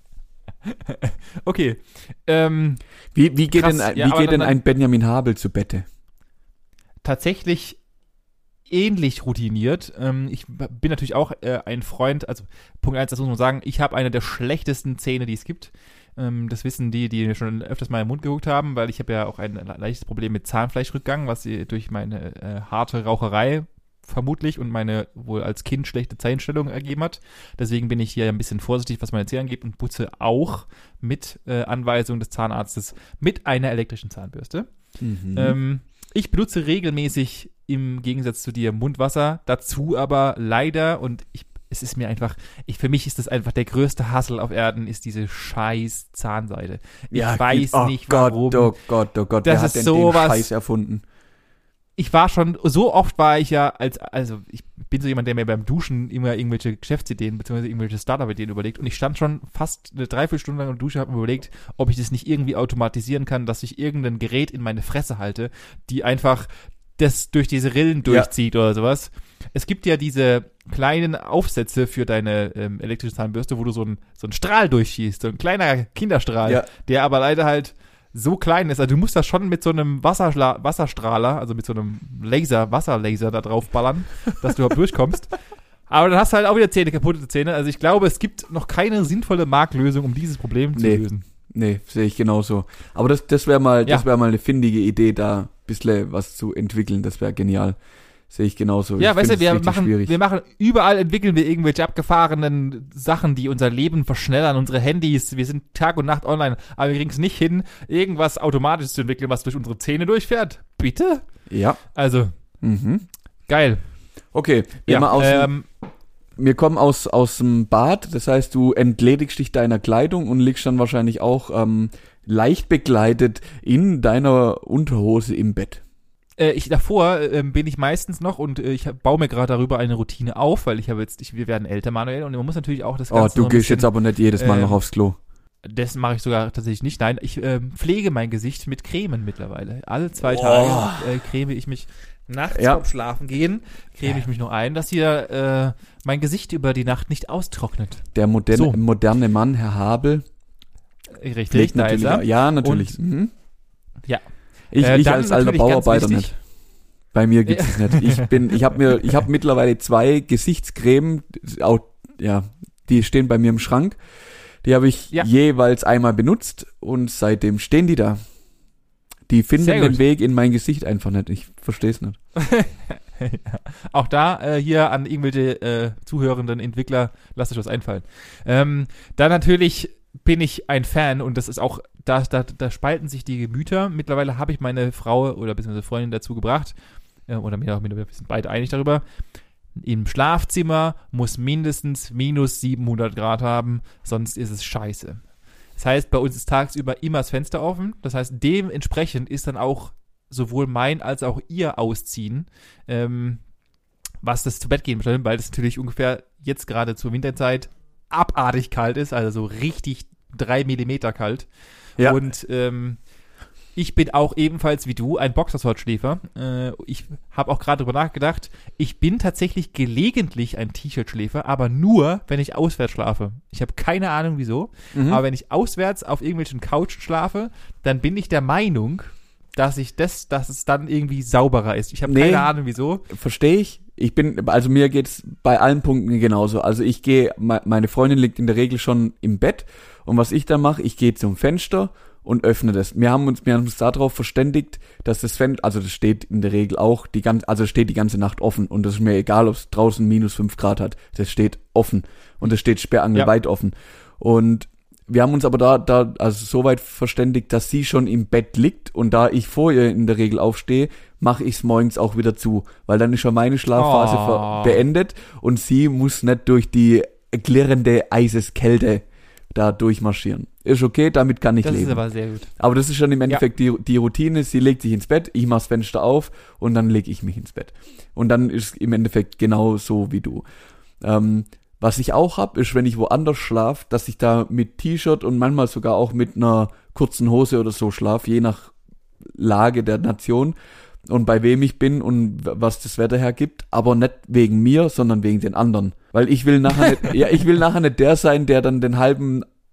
Okay. Wie geht denn ein Benjamin Habel zu Bette? Tatsächlich ähnlich routiniert. Ich bin natürlich auch ein Freund, also Punkt 1, das muss man sagen, ich habe eine der schlechtesten Zähne, die es gibt. Das wissen die schon öfters mal im Mund gehuckt haben, weil ich habe ja auch ein leichtes Problem mit Zahnfleischrückgang, was durch meine harte Raucherei vermutlich und meine wohl als Kind schlechte Zahnstellung ergeben hat. Deswegen bin ich hier ein bisschen vorsichtig, was meine Zähne angeht und putze auch mit Anweisung des Zahnarztes mit einer elektrischen Zahnbürste. Ich benutze regelmäßig im Gegensatz zu dir Mundwasser, dazu aber leider es ist mir einfach, für mich ist das einfach der größte Hassel auf Erden, ist diese scheiß Zahnseide. Ich weiß nicht, warum. Oh Gott, wer hat denn den Scheiß erfunden? Ich war schon, so oft war ich ja also ich bin so jemand, der mir beim Duschen immer irgendwelche Geschäftsideen bzw. irgendwelche Startup-Ideen überlegt und ich stand schon fast eine Dreiviertelstunde lang in der Dusche, habe mir überlegt, ob ich das nicht irgendwie automatisieren kann, dass ich irgendein Gerät in meine Fresse halte, die einfach das durch diese Rillen durchzieht oder sowas. Es gibt ja diese kleinen Aufsätze für deine elektrische Zahnbürste, wo du so einen Strahl durchschießt, so ein kleiner Kinderstrahl, der aber leider halt so klein ist. Also du musst das schon mit so einem Wasserstrahler, also mit so einem Wasserlaser da drauf ballern, dass du überhaupt durchkommst. Aber dann hast du halt auch wieder kaputte Zähne. Also ich glaube, es gibt noch keine sinnvolle Marktlösung, um dieses Problem zu lösen. Nee, sehe ich genauso. Aber das wäre mal eine findige Idee, da ein bisschen was zu entwickeln. Das wäre genial. Sehe ich genauso. Ja, weißt du, überall entwickeln wir irgendwelche abgefahrenen Sachen, die unser Leben verschnellern, unsere Handys, wir sind Tag und Nacht online, aber wir kriegen es nicht hin, irgendwas automatisch zu entwickeln, was durch unsere Zähne durchfährt. Bitte? Ja. Also, geil. Okay, wir kommen aus dem Bad, das heißt, du entledigst dich deiner Kleidung und liegst dann wahrscheinlich auch leicht bekleidet in deiner Unterhose im Bett. Davor bin ich meistens noch und ich baue mir gerade darüber eine Routine auf, weil wir werden älter, Manuel, und man muss natürlich auch das Ganze du gehst jetzt aber nicht jedes Mal noch aufs Klo. Das mache ich sogar tatsächlich nicht. Nein, ich pflege mein Gesicht mit Cremen mittlerweile. Alle 2 Tage creme ich mich nachts vorm Schlafen gehen, creme ich mich noch ein, dass hier mein Gesicht über die Nacht nicht austrocknet. Der moderne Mann, Herr Habel. Richtig, da ist er. Ja, natürlich. Ja. Ich als alter Bauarbeiter nicht. Bei mir gibt's es nicht. Ich habe mittlerweile 2 Gesichtscremen, die stehen bei mir im Schrank. Die habe ich jeweils einmal benutzt und seitdem stehen die da. Die finden den Weg in mein Gesicht einfach nicht. Ich verstehe es nicht. Auch da hier an irgendwelche zuhörenden Entwickler, lasst euch was einfallen. Dann natürlich bin ich ein Fan und das ist auch, da spalten sich die Gemüter. Mittlerweile habe ich meine Frau oder beziehungsweise Freundin dazu gebracht, oder wir sind beide einig darüber, im Schlafzimmer muss mindestens minus 700 Grad haben, sonst ist es scheiße. Das heißt, bei uns ist tagsüber immer das Fenster offen. Das heißt, dementsprechend ist dann auch sowohl mein als auch ihr Ausziehen, was das zu Bett gehen betrifft, weil das natürlich ungefähr jetzt gerade zur Winterzeit abartig kalt ist, also so richtig 3 Millimeter kalt. Ja. Und ich bin auch ebenfalls wie du ein Boxershortschläfer. Ich habe auch gerade darüber nachgedacht, ich bin tatsächlich gelegentlich ein T-Shirt-Schläfer, aber nur, wenn ich auswärts schlafe. Ich habe keine Ahnung wieso, aber wenn ich auswärts auf irgendwelchen Couchen schlafe, dann bin ich der Meinung, dass es dann irgendwie sauberer ist. Ich habe keine Ahnung wieso. Verstehe ich. Mir geht's bei allen Punkten genauso. Also meine Freundin liegt in der Regel schon im Bett und was ich dann mache, ich gehe zum Fenster und öffne das. Wir haben uns darauf verständigt, dass das Fenster, also das steht in der Regel auch steht die ganze Nacht offen und das ist mir egal, ob es draußen minus 5 Grad hat. Das steht offen und das steht sperrangelweit offen. Und wir haben uns aber da so weit verständigt, dass sie schon im Bett liegt und da ich vor ihr in der Regel aufstehe, mache ich es morgens auch wieder zu, weil dann ist schon meine Schlafphase beendet und sie muss nicht durch die klirrende Eiseskälte da durchmarschieren. Ist okay, damit kann ich leben. Das ist aber sehr gut. Aber das ist schon im Endeffekt die Routine, sie legt sich ins Bett, ich mach das Fenster auf und dann lege ich mich ins Bett. Und dann ist es im Endeffekt genau so wie du. Was ich auch hab, ist, wenn ich woanders schlafe, dass ich da mit T-Shirt und manchmal sogar auch mit einer kurzen Hose oder so schlafe, je nach Lage der Nation und bei wem ich bin und was das Wetter hergibt, aber nicht wegen mir, sondern wegen den anderen. Weil ich will nachher nicht der sein, der dann den halben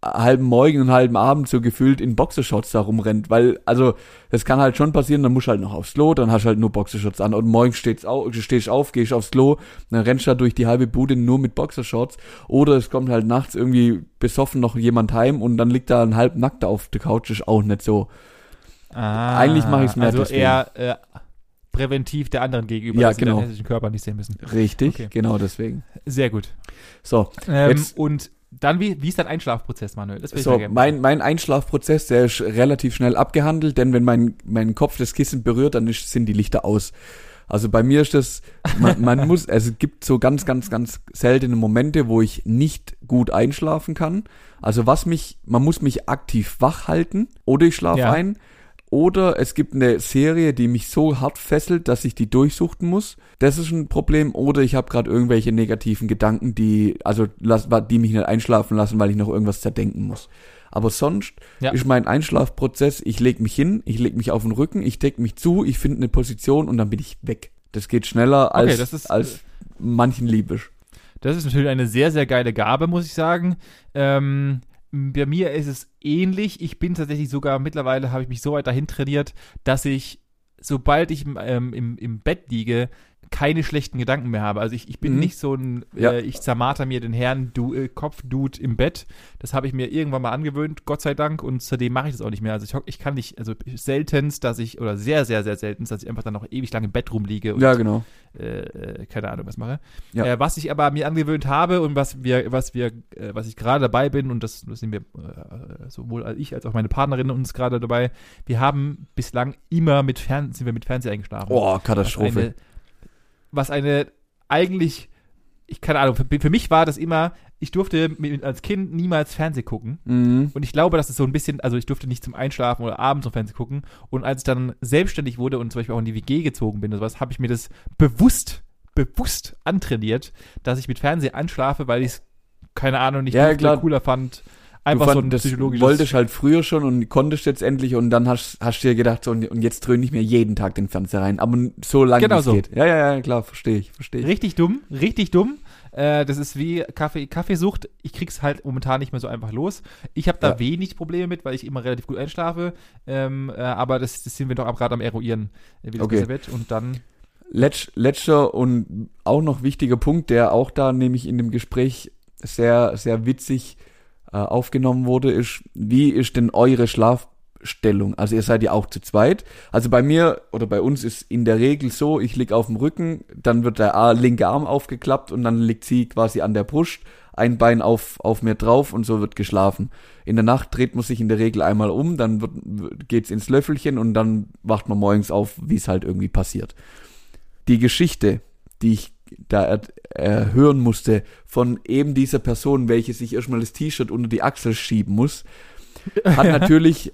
halben Morgen und halben Abend so gefühlt in Boxershorts da rumrennt, weil, also, das kann halt schon passieren, dann musst du halt noch aufs Klo, dann hast du halt nur Boxershorts an und morgens stehst auf, gehst aufs Klo, dann rennst du da durch die halbe Bude nur mit Boxershorts oder es kommt halt nachts irgendwie besoffen noch jemand heim und dann liegt da ein halb Nackter auf der Couch, ist auch nicht so. Eigentlich mache ich es mehr also deswegen. eher präventiv der anderen gegenüber, ja, dass genau. sie den hässlichen Körper nicht sehen müssen. Richtig, okay. Genau deswegen. Sehr gut. So, und dann, wie ist dein Einschlafprozess, Manuel? Das will ich so, gerne. mein Einschlafprozess, der ist relativ schnell abgehandelt, denn wenn mein Kopf das Kissen berührt, dann sind die Lichter aus. Also bei mir ist das, man muss, also es gibt so ganz, ganz, ganz seltene Momente, wo ich nicht gut einschlafen kann. Also man muss mich aktiv wach halten oder ich schlafe ein. Oder es gibt eine Serie, die mich so hart fesselt, dass ich die durchsuchten muss. Das ist ein Problem. Oder ich habe gerade irgendwelche negativen Gedanken, die mich nicht einschlafen lassen, weil ich noch irgendwas zerdenken muss. Aber sonst ist mein Einschlafprozess, ich lege mich hin, ich lege mich auf den Rücken, ich decke mich zu, ich finde eine Position und dann bin ich weg. Das geht schneller als manchen lieb ist. Das ist natürlich eine sehr, sehr geile Gabe, muss ich sagen. Bei mir ist es ähnlich. Ich bin tatsächlich sogar, mittlerweile habe ich mich so weit dahin trainiert, dass ich, sobald ich im Bett liege, keine schlechten Gedanken mehr habe. Also ich bin nicht so ein, ich zermarter mir den Herrn Kopfdude im Bett. Das habe ich mir irgendwann mal angewöhnt, Gott sei Dank, und seitdem mache ich das auch nicht mehr. Also ich kann nicht, also seltenst, oder sehr, sehr, sehr seltenst, dass ich einfach dann noch ewig lang im Bett rumliege und keine Ahnung, was mache. Ja. Was ich aber mir angewöhnt habe und was ich gerade dabei bin, und das sind wir, sowohl ich als auch meine Partnerin uns gerade dabei, wir haben bislang immer sind wir mit Fernseher eingeschlafen. Oh, Katastrophe. Was eigentlich, keine Ahnung, für mich war das immer, ich durfte als Kind niemals Fernsehen gucken. Mhm. Und ich glaube, dass es so ein bisschen, also ich durfte nicht zum Einschlafen oder abends zum Fernsehen gucken. Und als ich dann selbstständig wurde und zum Beispiel auch in die WG gezogen bin oder sowas, habe ich mir das bewusst antrainiert, dass ich mit Fernsehen einschlafe, weil ich es, keine Ahnung, nicht cooler fand. Einfach so ein psychologisches... Du wolltest halt früher schon und konntest jetzt endlich und dann hast du dir gedacht, so, und jetzt dröhne ich mir jeden Tag den Fernseher rein, aber so lange wie es geht. Ja, klar, verstehe ich. Richtig dumm. Das ist wie Kaffeesucht. Ich krieg's halt momentan nicht mehr so einfach los. Ich habe da wenig Probleme mit, weil ich immer relativ gut einschlafe, aber das sind wir doch gerade am eruieren, wie das besser wird. Und dann... Letzter und auch noch wichtiger Punkt, der auch da nämlich in dem Gespräch sehr, sehr witzig aufgenommen wurde, ist, wie ist denn eure Schlafstellung? Also ihr seid ja auch zu zweit. Also bei mir oder bei uns ist in der Regel so, ich lieg auf dem Rücken, dann wird der linke Arm aufgeklappt und dann liegt sie quasi an der Brust, ein Bein auf mir drauf und so wird geschlafen. In der Nacht dreht man sich in der Regel einmal um, dann geht's ins Löffelchen und dann wacht man morgens auf, wie es halt irgendwie passiert. Die Geschichte, die ich da hören musste von eben dieser Person, welche sich erstmal das T-Shirt unter die Achsel schieben muss, hat natürlich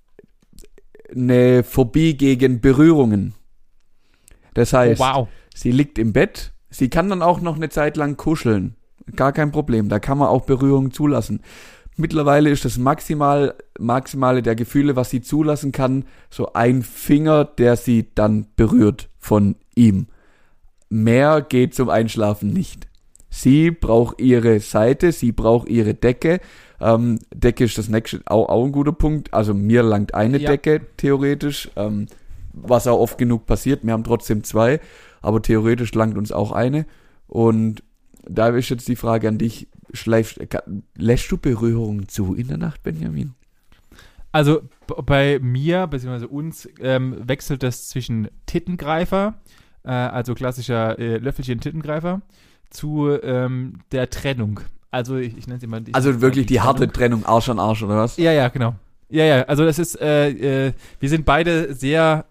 eine Phobie gegen Berührungen. Das heißt, sie liegt im Bett, sie kann dann auch noch eine Zeit lang kuscheln. Gar kein Problem, da kann man auch Berührungen zulassen. Mittlerweile ist das Maximale der Gefühle, was sie zulassen kann, so ein Finger, der sie dann berührt von ihm. Mehr geht zum Einschlafen nicht. Sie braucht ihre Seite, sie braucht ihre Decke. Decke ist das nächste, auch ein guter Punkt. Also mir langt eine Decke theoretisch, was auch oft genug passiert. Wir haben trotzdem zwei, aber theoretisch langt uns auch eine. Und da ist jetzt die Frage an dich, lässt du Berührungen zu in der Nacht, Benjamin? Also bei mir, beziehungsweise uns, wechselt das zwischen Tittengreifer, also klassischer Löffelchen-Tittengreifer, zu der Trennung. Also ich nenne es immer... Also wirklich die harte Trennung, Arsch an Arsch, oder was? Ja, genau. Ja, also das ist, wir sind beide sehr,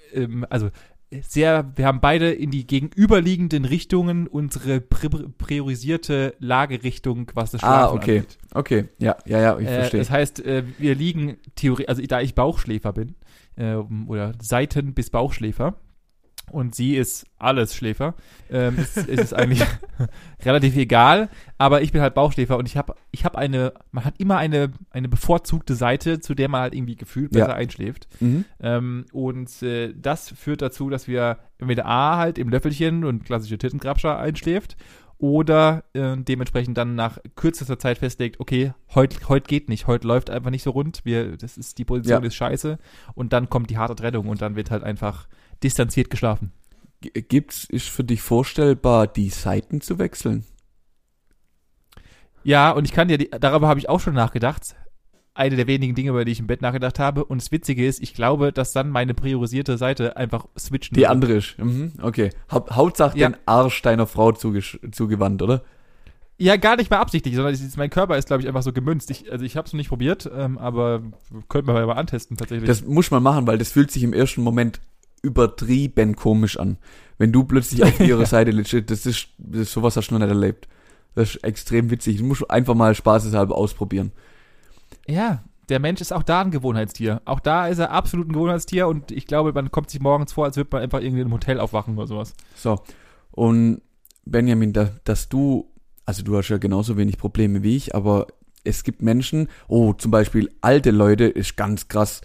wir haben beide in die gegenüberliegenden Richtungen unsere priorisierte Lagerichtung, was das Schlafen angeht. Okay, ja, ich verstehe. Das heißt, wir liegen also da ich Bauchschläfer bin, oder Seiten- bis Bauchschläfer, und sie ist alles Schläfer, ist es eigentlich relativ egal, aber ich bin halt Bauchschläfer und man hat immer eine bevorzugte Seite, zu der man halt irgendwie gefühlt besser einschläft. Mhm. Und das führt dazu, dass wir entweder halt im Löffelchen und klassische Tittengrabscher einschläft oder dementsprechend dann nach kürzester Zeit festlegt, okay, heute geht nicht, heute läuft einfach nicht so rund, die Position ist scheiße und dann kommt die harte Trennung und dann wird halt einfach distanziert geschlafen. Ist für dich vorstellbar, die Seiten zu wechseln? Ja, und ich kann dir, darüber habe ich auch schon nachgedacht. Eine der wenigen Dinge, über die ich im Bett nachgedacht habe. Und das Witzige ist, ich glaube, dass dann meine priorisierte Seite einfach switchen Die wird. andere ist. Okay. Hauptsache den Arsch deiner Frau zugewandt, oder? Ja, gar nicht mal absichtlich, sondern mein Körper ist, glaube ich, einfach so gemünzt. Ich habe es noch nicht probiert, aber könnten wir mal antesten tatsächlich. Das muss man machen, weil das fühlt sich im ersten Moment übertrieben komisch an. Wenn du plötzlich auf ihrer Seite legit, das ist sowas hast du noch nicht erlebt. Das ist extrem witzig. Du musst einfach mal spaßeshalber ausprobieren. Ja, der Mensch ist auch da ein Gewohnheitstier. Auch da ist er absolut ein Gewohnheitstier und ich glaube, man kommt sich morgens vor, als würde man einfach irgendwie im Hotel aufwachen oder sowas. So, und Benjamin, dass du hast ja genauso wenig Probleme wie ich, aber es gibt Menschen, zum Beispiel alte Leute, ist ganz krass,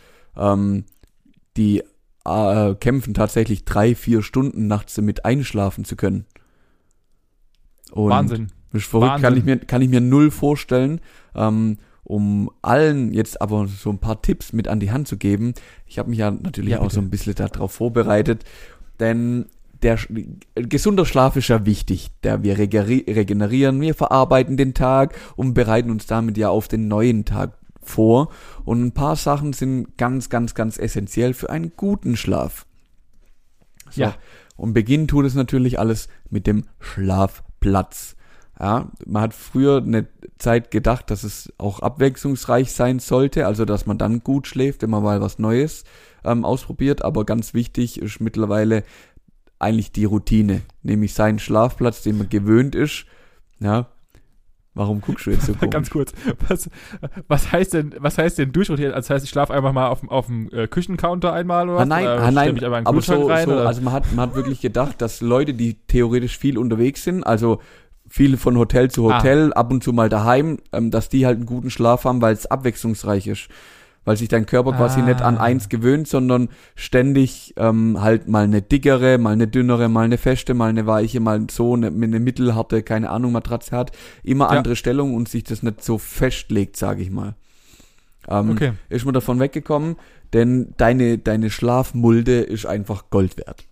die kämpfen tatsächlich 3-4 Stunden nachts damit einschlafen zu können. Und Wahnsinn. Das ist verrückt, kann ich mir null vorstellen. Um allen jetzt aber so ein paar Tipps mit an die Hand zu geben. Ich habe mich ja natürlich auch so ein bisschen darauf vorbereitet, denn gesunder Schlaf ist ja wichtig. Wir regenerieren, wir verarbeiten den Tag und bereiten uns damit ja auf den neuen Tag vor. Und ein paar Sachen sind ganz, ganz, ganz essentiell für einen guten Schlaf. So. Ja. Und beginnen tut es natürlich alles mit dem Schlafplatz. Ja, man hat früher eine Zeit gedacht, dass es auch abwechslungsreich sein sollte, also dass man dann gut schläft, wenn man mal was Neues ausprobiert, aber ganz wichtig ist mittlerweile eigentlich die Routine, nämlich seinen Schlafplatz, den man gewöhnt ist. Ja, warum guckst du jetzt so komisch? Ganz kurz, was heißt denn Durchrotieren? Also das heißt, ich schlafe einfach mal auf dem Küchencounter einmal oder was? Nein, aber also man hat wirklich gedacht, dass Leute, die theoretisch viel unterwegs sind, also viele von Hotel zu Hotel, ab und zu mal daheim, dass die halt einen guten Schlaf haben, weil es abwechslungsreich ist. Weil sich dein Körper quasi nicht an eins gewöhnt, sondern ständig halt mal eine dickere, mal eine dünnere, mal eine feste, mal eine weiche, mal so eine mittelharte, keine Ahnung, Matratze hat. Immer andere Stellung und sich das nicht so festlegt, sage ich mal. Okay. Ist man davon weggekommen, denn deine Schlafmulde ist einfach Gold wert.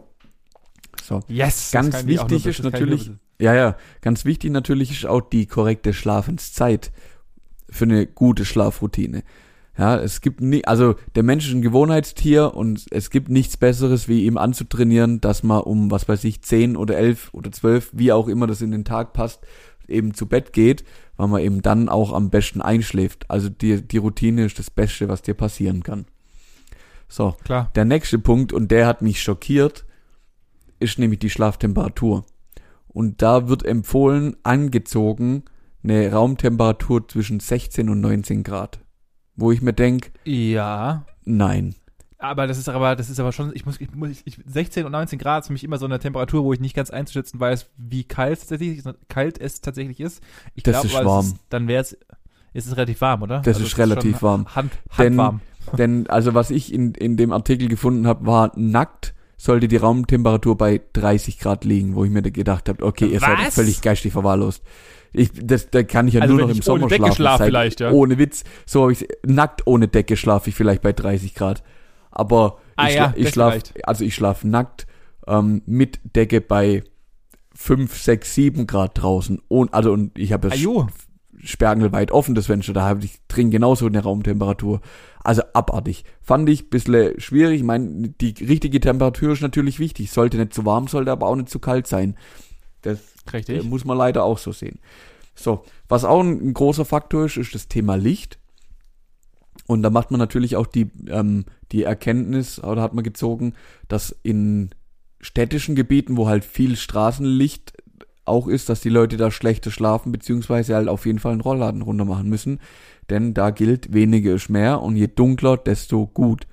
So. Yes! Ganz wichtig ist natürlich... ganz wichtig natürlich ist auch die korrekte Schlafenszeit für eine gute Schlafroutine. Ja, es gibt der Mensch ist ein Gewohnheitstier und es gibt nichts Besseres, wie ihm anzutrainieren, dass man um, 10 oder 11 oder 12, wie auch immer das in den Tag passt, eben zu Bett geht, weil man eben dann auch am besten einschläft. Also die Routine ist das Beste, was dir passieren kann. So, klar. Der nächste Punkt, und der hat mich schockiert, ist nämlich die Schlaftemperatur. Und da wird empfohlen, angezogen, eine Raumtemperatur zwischen 16 und 19 Grad. Wo ich mir denke, ja, nein. Aber das ist aber schon, 16 und 19 Grad ist für mich immer so eine Temperatur, wo ich nicht ganz einzuschätzen weiß, wie kalt es tatsächlich ist. Ich glaube, ist warm. Dann wäre es relativ warm, oder? Das ist relativ warm. Handwarm. Denn was ich in dem Artikel gefunden habe, war nackt sollte die Raumtemperatur bei 30 Grad liegen, wo ich mir gedacht habe, okay, ihr seid völlig geistig verwahrlost. Da kann ich ja nur noch im Sommer schlafen. Vielleicht, ja. Ohne Witz. So habe ich nackt ohne Decke schlafe ich vielleicht bei 30 Grad. Aber ich schlafe nackt mit Decke bei 5, 6, 7 Grad draußen. Und ich habe das sperrangelweit offen, das Fenster. Da habe ich drin genauso eine Raumtemperatur. Also abartig. Fand ich ein bisschen schwierig. Ich meine, die richtige Temperatur ist natürlich wichtig. Sollte nicht zu warm, sollte aber auch nicht zu kalt sein. Das muss man leider auch so sehen. So, was auch ein großer Faktor ist das Thema Licht. Und da macht man natürlich auch die Erkenntnis, oder hat man gezogen, dass in städtischen Gebieten, wo halt viel Straßenlicht auch ist, dass die Leute da schlechter schlafen, beziehungsweise halt auf jeden Fall einen Rollladen runter machen müssen. Denn da gilt, weniger ist mehr und je dunkler, desto gut.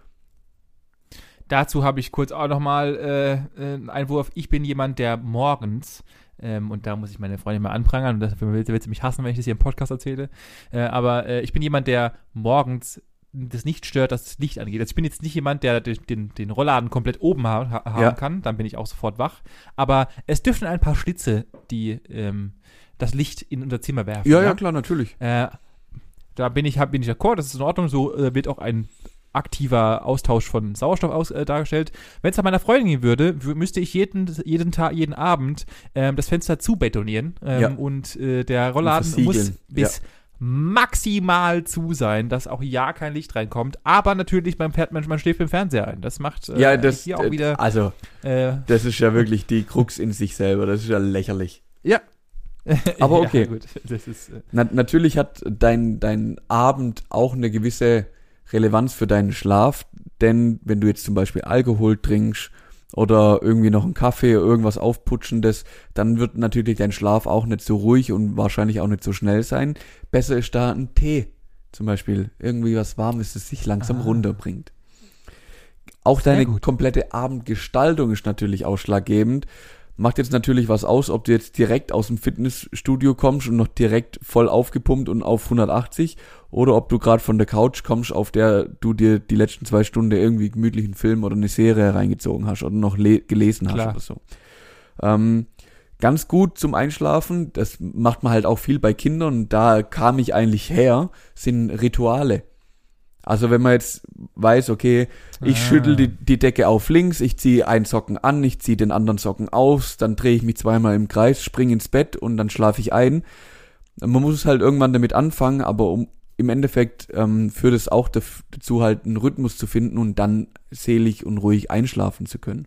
Dazu habe ich kurz auch nochmal einen Einwurf. Ich bin jemand, der morgens, und da muss ich meine Freundin mal anprangern, und dafür wird sie mich hassen, wenn ich das hier im Podcast erzähle, aber ich bin jemand, der morgens das nicht stört, dass das Licht angeht. Also ich bin jetzt nicht jemand, der den Rollladen komplett oben haben kann, dann bin ich auch sofort wach. Aber es dürfen ein paar Schlitze, die das Licht in unser Zimmer werfen. Ja, klar, natürlich. Da bin ich d'accord, das ist in Ordnung. So wird auch ein aktiver Austausch von Sauerstoff dargestellt. Wenn es nach meiner Freundin gehen würde, müsste ich jeden Abend das Fenster zubetonieren und der Rollladen muss bis maximal zu sein, dass auch kein Licht reinkommt. Aber natürlich, man schläft beim Fernseher ein. Das macht das hier auch wieder... Also, das ist ja wirklich die Krux in sich selber. Das ist ja lächerlich. Ja. Aber okay. Ja, gut. Das ist, natürlich hat dein Abend auch eine gewisse Relevanz für deinen Schlaf, denn wenn du jetzt zum Beispiel Alkohol trinkst oder irgendwie noch einen Kaffee oder irgendwas Aufputschendes, dann wird natürlich dein Schlaf auch nicht so ruhig und wahrscheinlich auch nicht so schnell sein. Besser ist da ein Tee zum Beispiel, irgendwie was Warmes, das sich langsam runterbringt. Auch deine komplette Abendgestaltung ist natürlich ausschlaggebend. Macht jetzt natürlich was aus, ob du jetzt direkt aus dem Fitnessstudio kommst und noch direkt voll aufgepumpt und auf 180 oder ob du gerade von der Couch kommst, auf der du dir die letzten 2 Stunden irgendwie gemütlichen Film oder eine Serie reingezogen hast oder noch gelesen hast oder so. Ganz gut zum Einschlafen, das macht man halt auch viel bei Kindern, da kam ich eigentlich her, sind Rituale. Also wenn man jetzt weiß, okay, ich schüttel die Decke auf links, ich ziehe einen Socken an, ich ziehe den anderen Socken aus, dann drehe ich mich 2-mal im Kreis, springe ins Bett und dann schlafe ich ein. Man muss halt irgendwann damit anfangen, aber im Endeffekt führt es auch dazu, halt einen Rhythmus zu finden und dann selig und ruhig einschlafen zu können.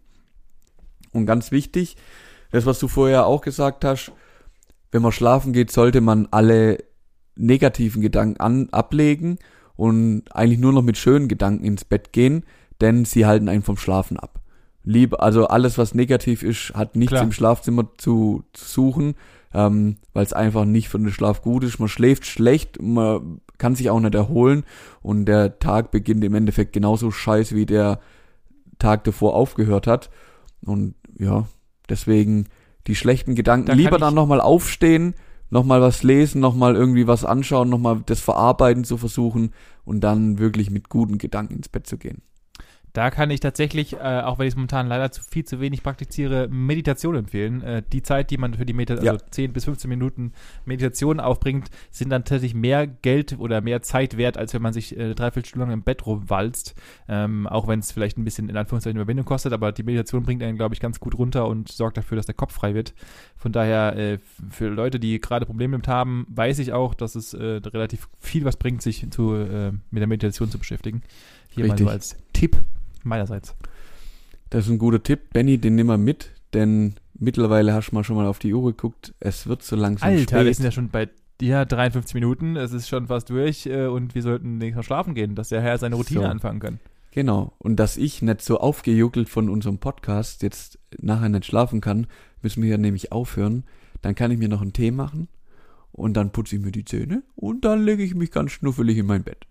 Und ganz wichtig, das, was du vorher auch gesagt hast, wenn man schlafen geht, sollte man alle negativen Gedanken ablegen und eigentlich nur noch mit schönen Gedanken ins Bett gehen, denn sie halten einen vom Schlafen ab. Also alles, was negativ ist, hat nichts im Schlafzimmer zu suchen, weil es einfach nicht für den Schlaf gut ist. Man schläft schlecht, man kann sich auch nicht erholen und der Tag beginnt im Endeffekt genauso scheiße, wie der Tag davor aufgehört hat. Und ja, deswegen die schlechten Gedanken lieber dann nochmal aufstehen, nochmal was lesen, nochmal irgendwie was anschauen, nochmal das Verarbeiten zu versuchen und dann wirklich mit guten Gedanken ins Bett zu gehen. Da kann ich tatsächlich, auch wenn ich es momentan leider viel zu wenig praktiziere, Meditation empfehlen. Die Zeit, die man für die also 10 bis 15 Minuten Meditation aufbringt, sind dann tatsächlich mehr Geld oder mehr Zeit wert, als wenn man sich 3/4 Stunde lang im Bett rumwalzt. Auch wenn es vielleicht ein bisschen in Anführungszeichen Überwindung kostet, aber die Meditation bringt einen, glaube ich, ganz gut runter und sorgt dafür, dass der Kopf frei wird. Von daher, für Leute, die gerade Probleme damit haben, weiß ich auch, dass es relativ viel was bringt, sich mit der Meditation zu beschäftigen. Hier mal so als Tipp meinerseits. Das ist ein guter Tipp. Benni, den nimm mal mit, denn mittlerweile hast du mal schon mal auf die Uhr geguckt. Es wird so langsam spät. Alter, wir sind ja schon bei 53 Minuten. Es ist schon fast durch und wir sollten nächstes Mal schlafen gehen, dass der Herr seine Routine anfangen kann. Genau. Und dass ich nicht so aufgejuckelt von unserem Podcast jetzt nachher nicht schlafen kann, müssen wir ja nämlich aufhören. Dann kann ich mir noch einen Tee machen und dann putze ich mir die Zähne und dann lege ich mich ganz schnuffelig in mein Bett.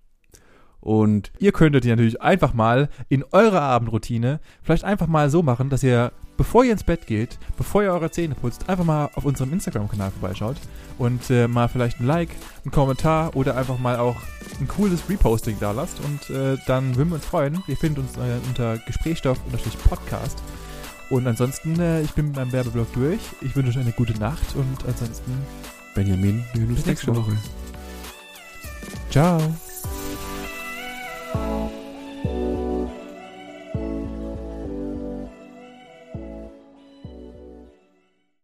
Und ihr könntet ja natürlich einfach mal in eurer Abendroutine vielleicht einfach mal so machen, dass ihr, bevor ihr ins Bett geht, bevor ihr eure Zähne putzt, einfach mal auf unserem Instagram-Kanal vorbeischaut und mal vielleicht ein Like, einen Kommentar oder einfach mal auch ein cooles Reposting da lasst und dann würden wir uns freuen. Ihr findet uns unter Gesprächsstoff_Podcast und ansonsten, ich bin mit meinem Werbeblock durch. Ich wünsche euch eine gute Nacht und ansonsten Benjamin, wir sehen uns nächste Woche. Ciao.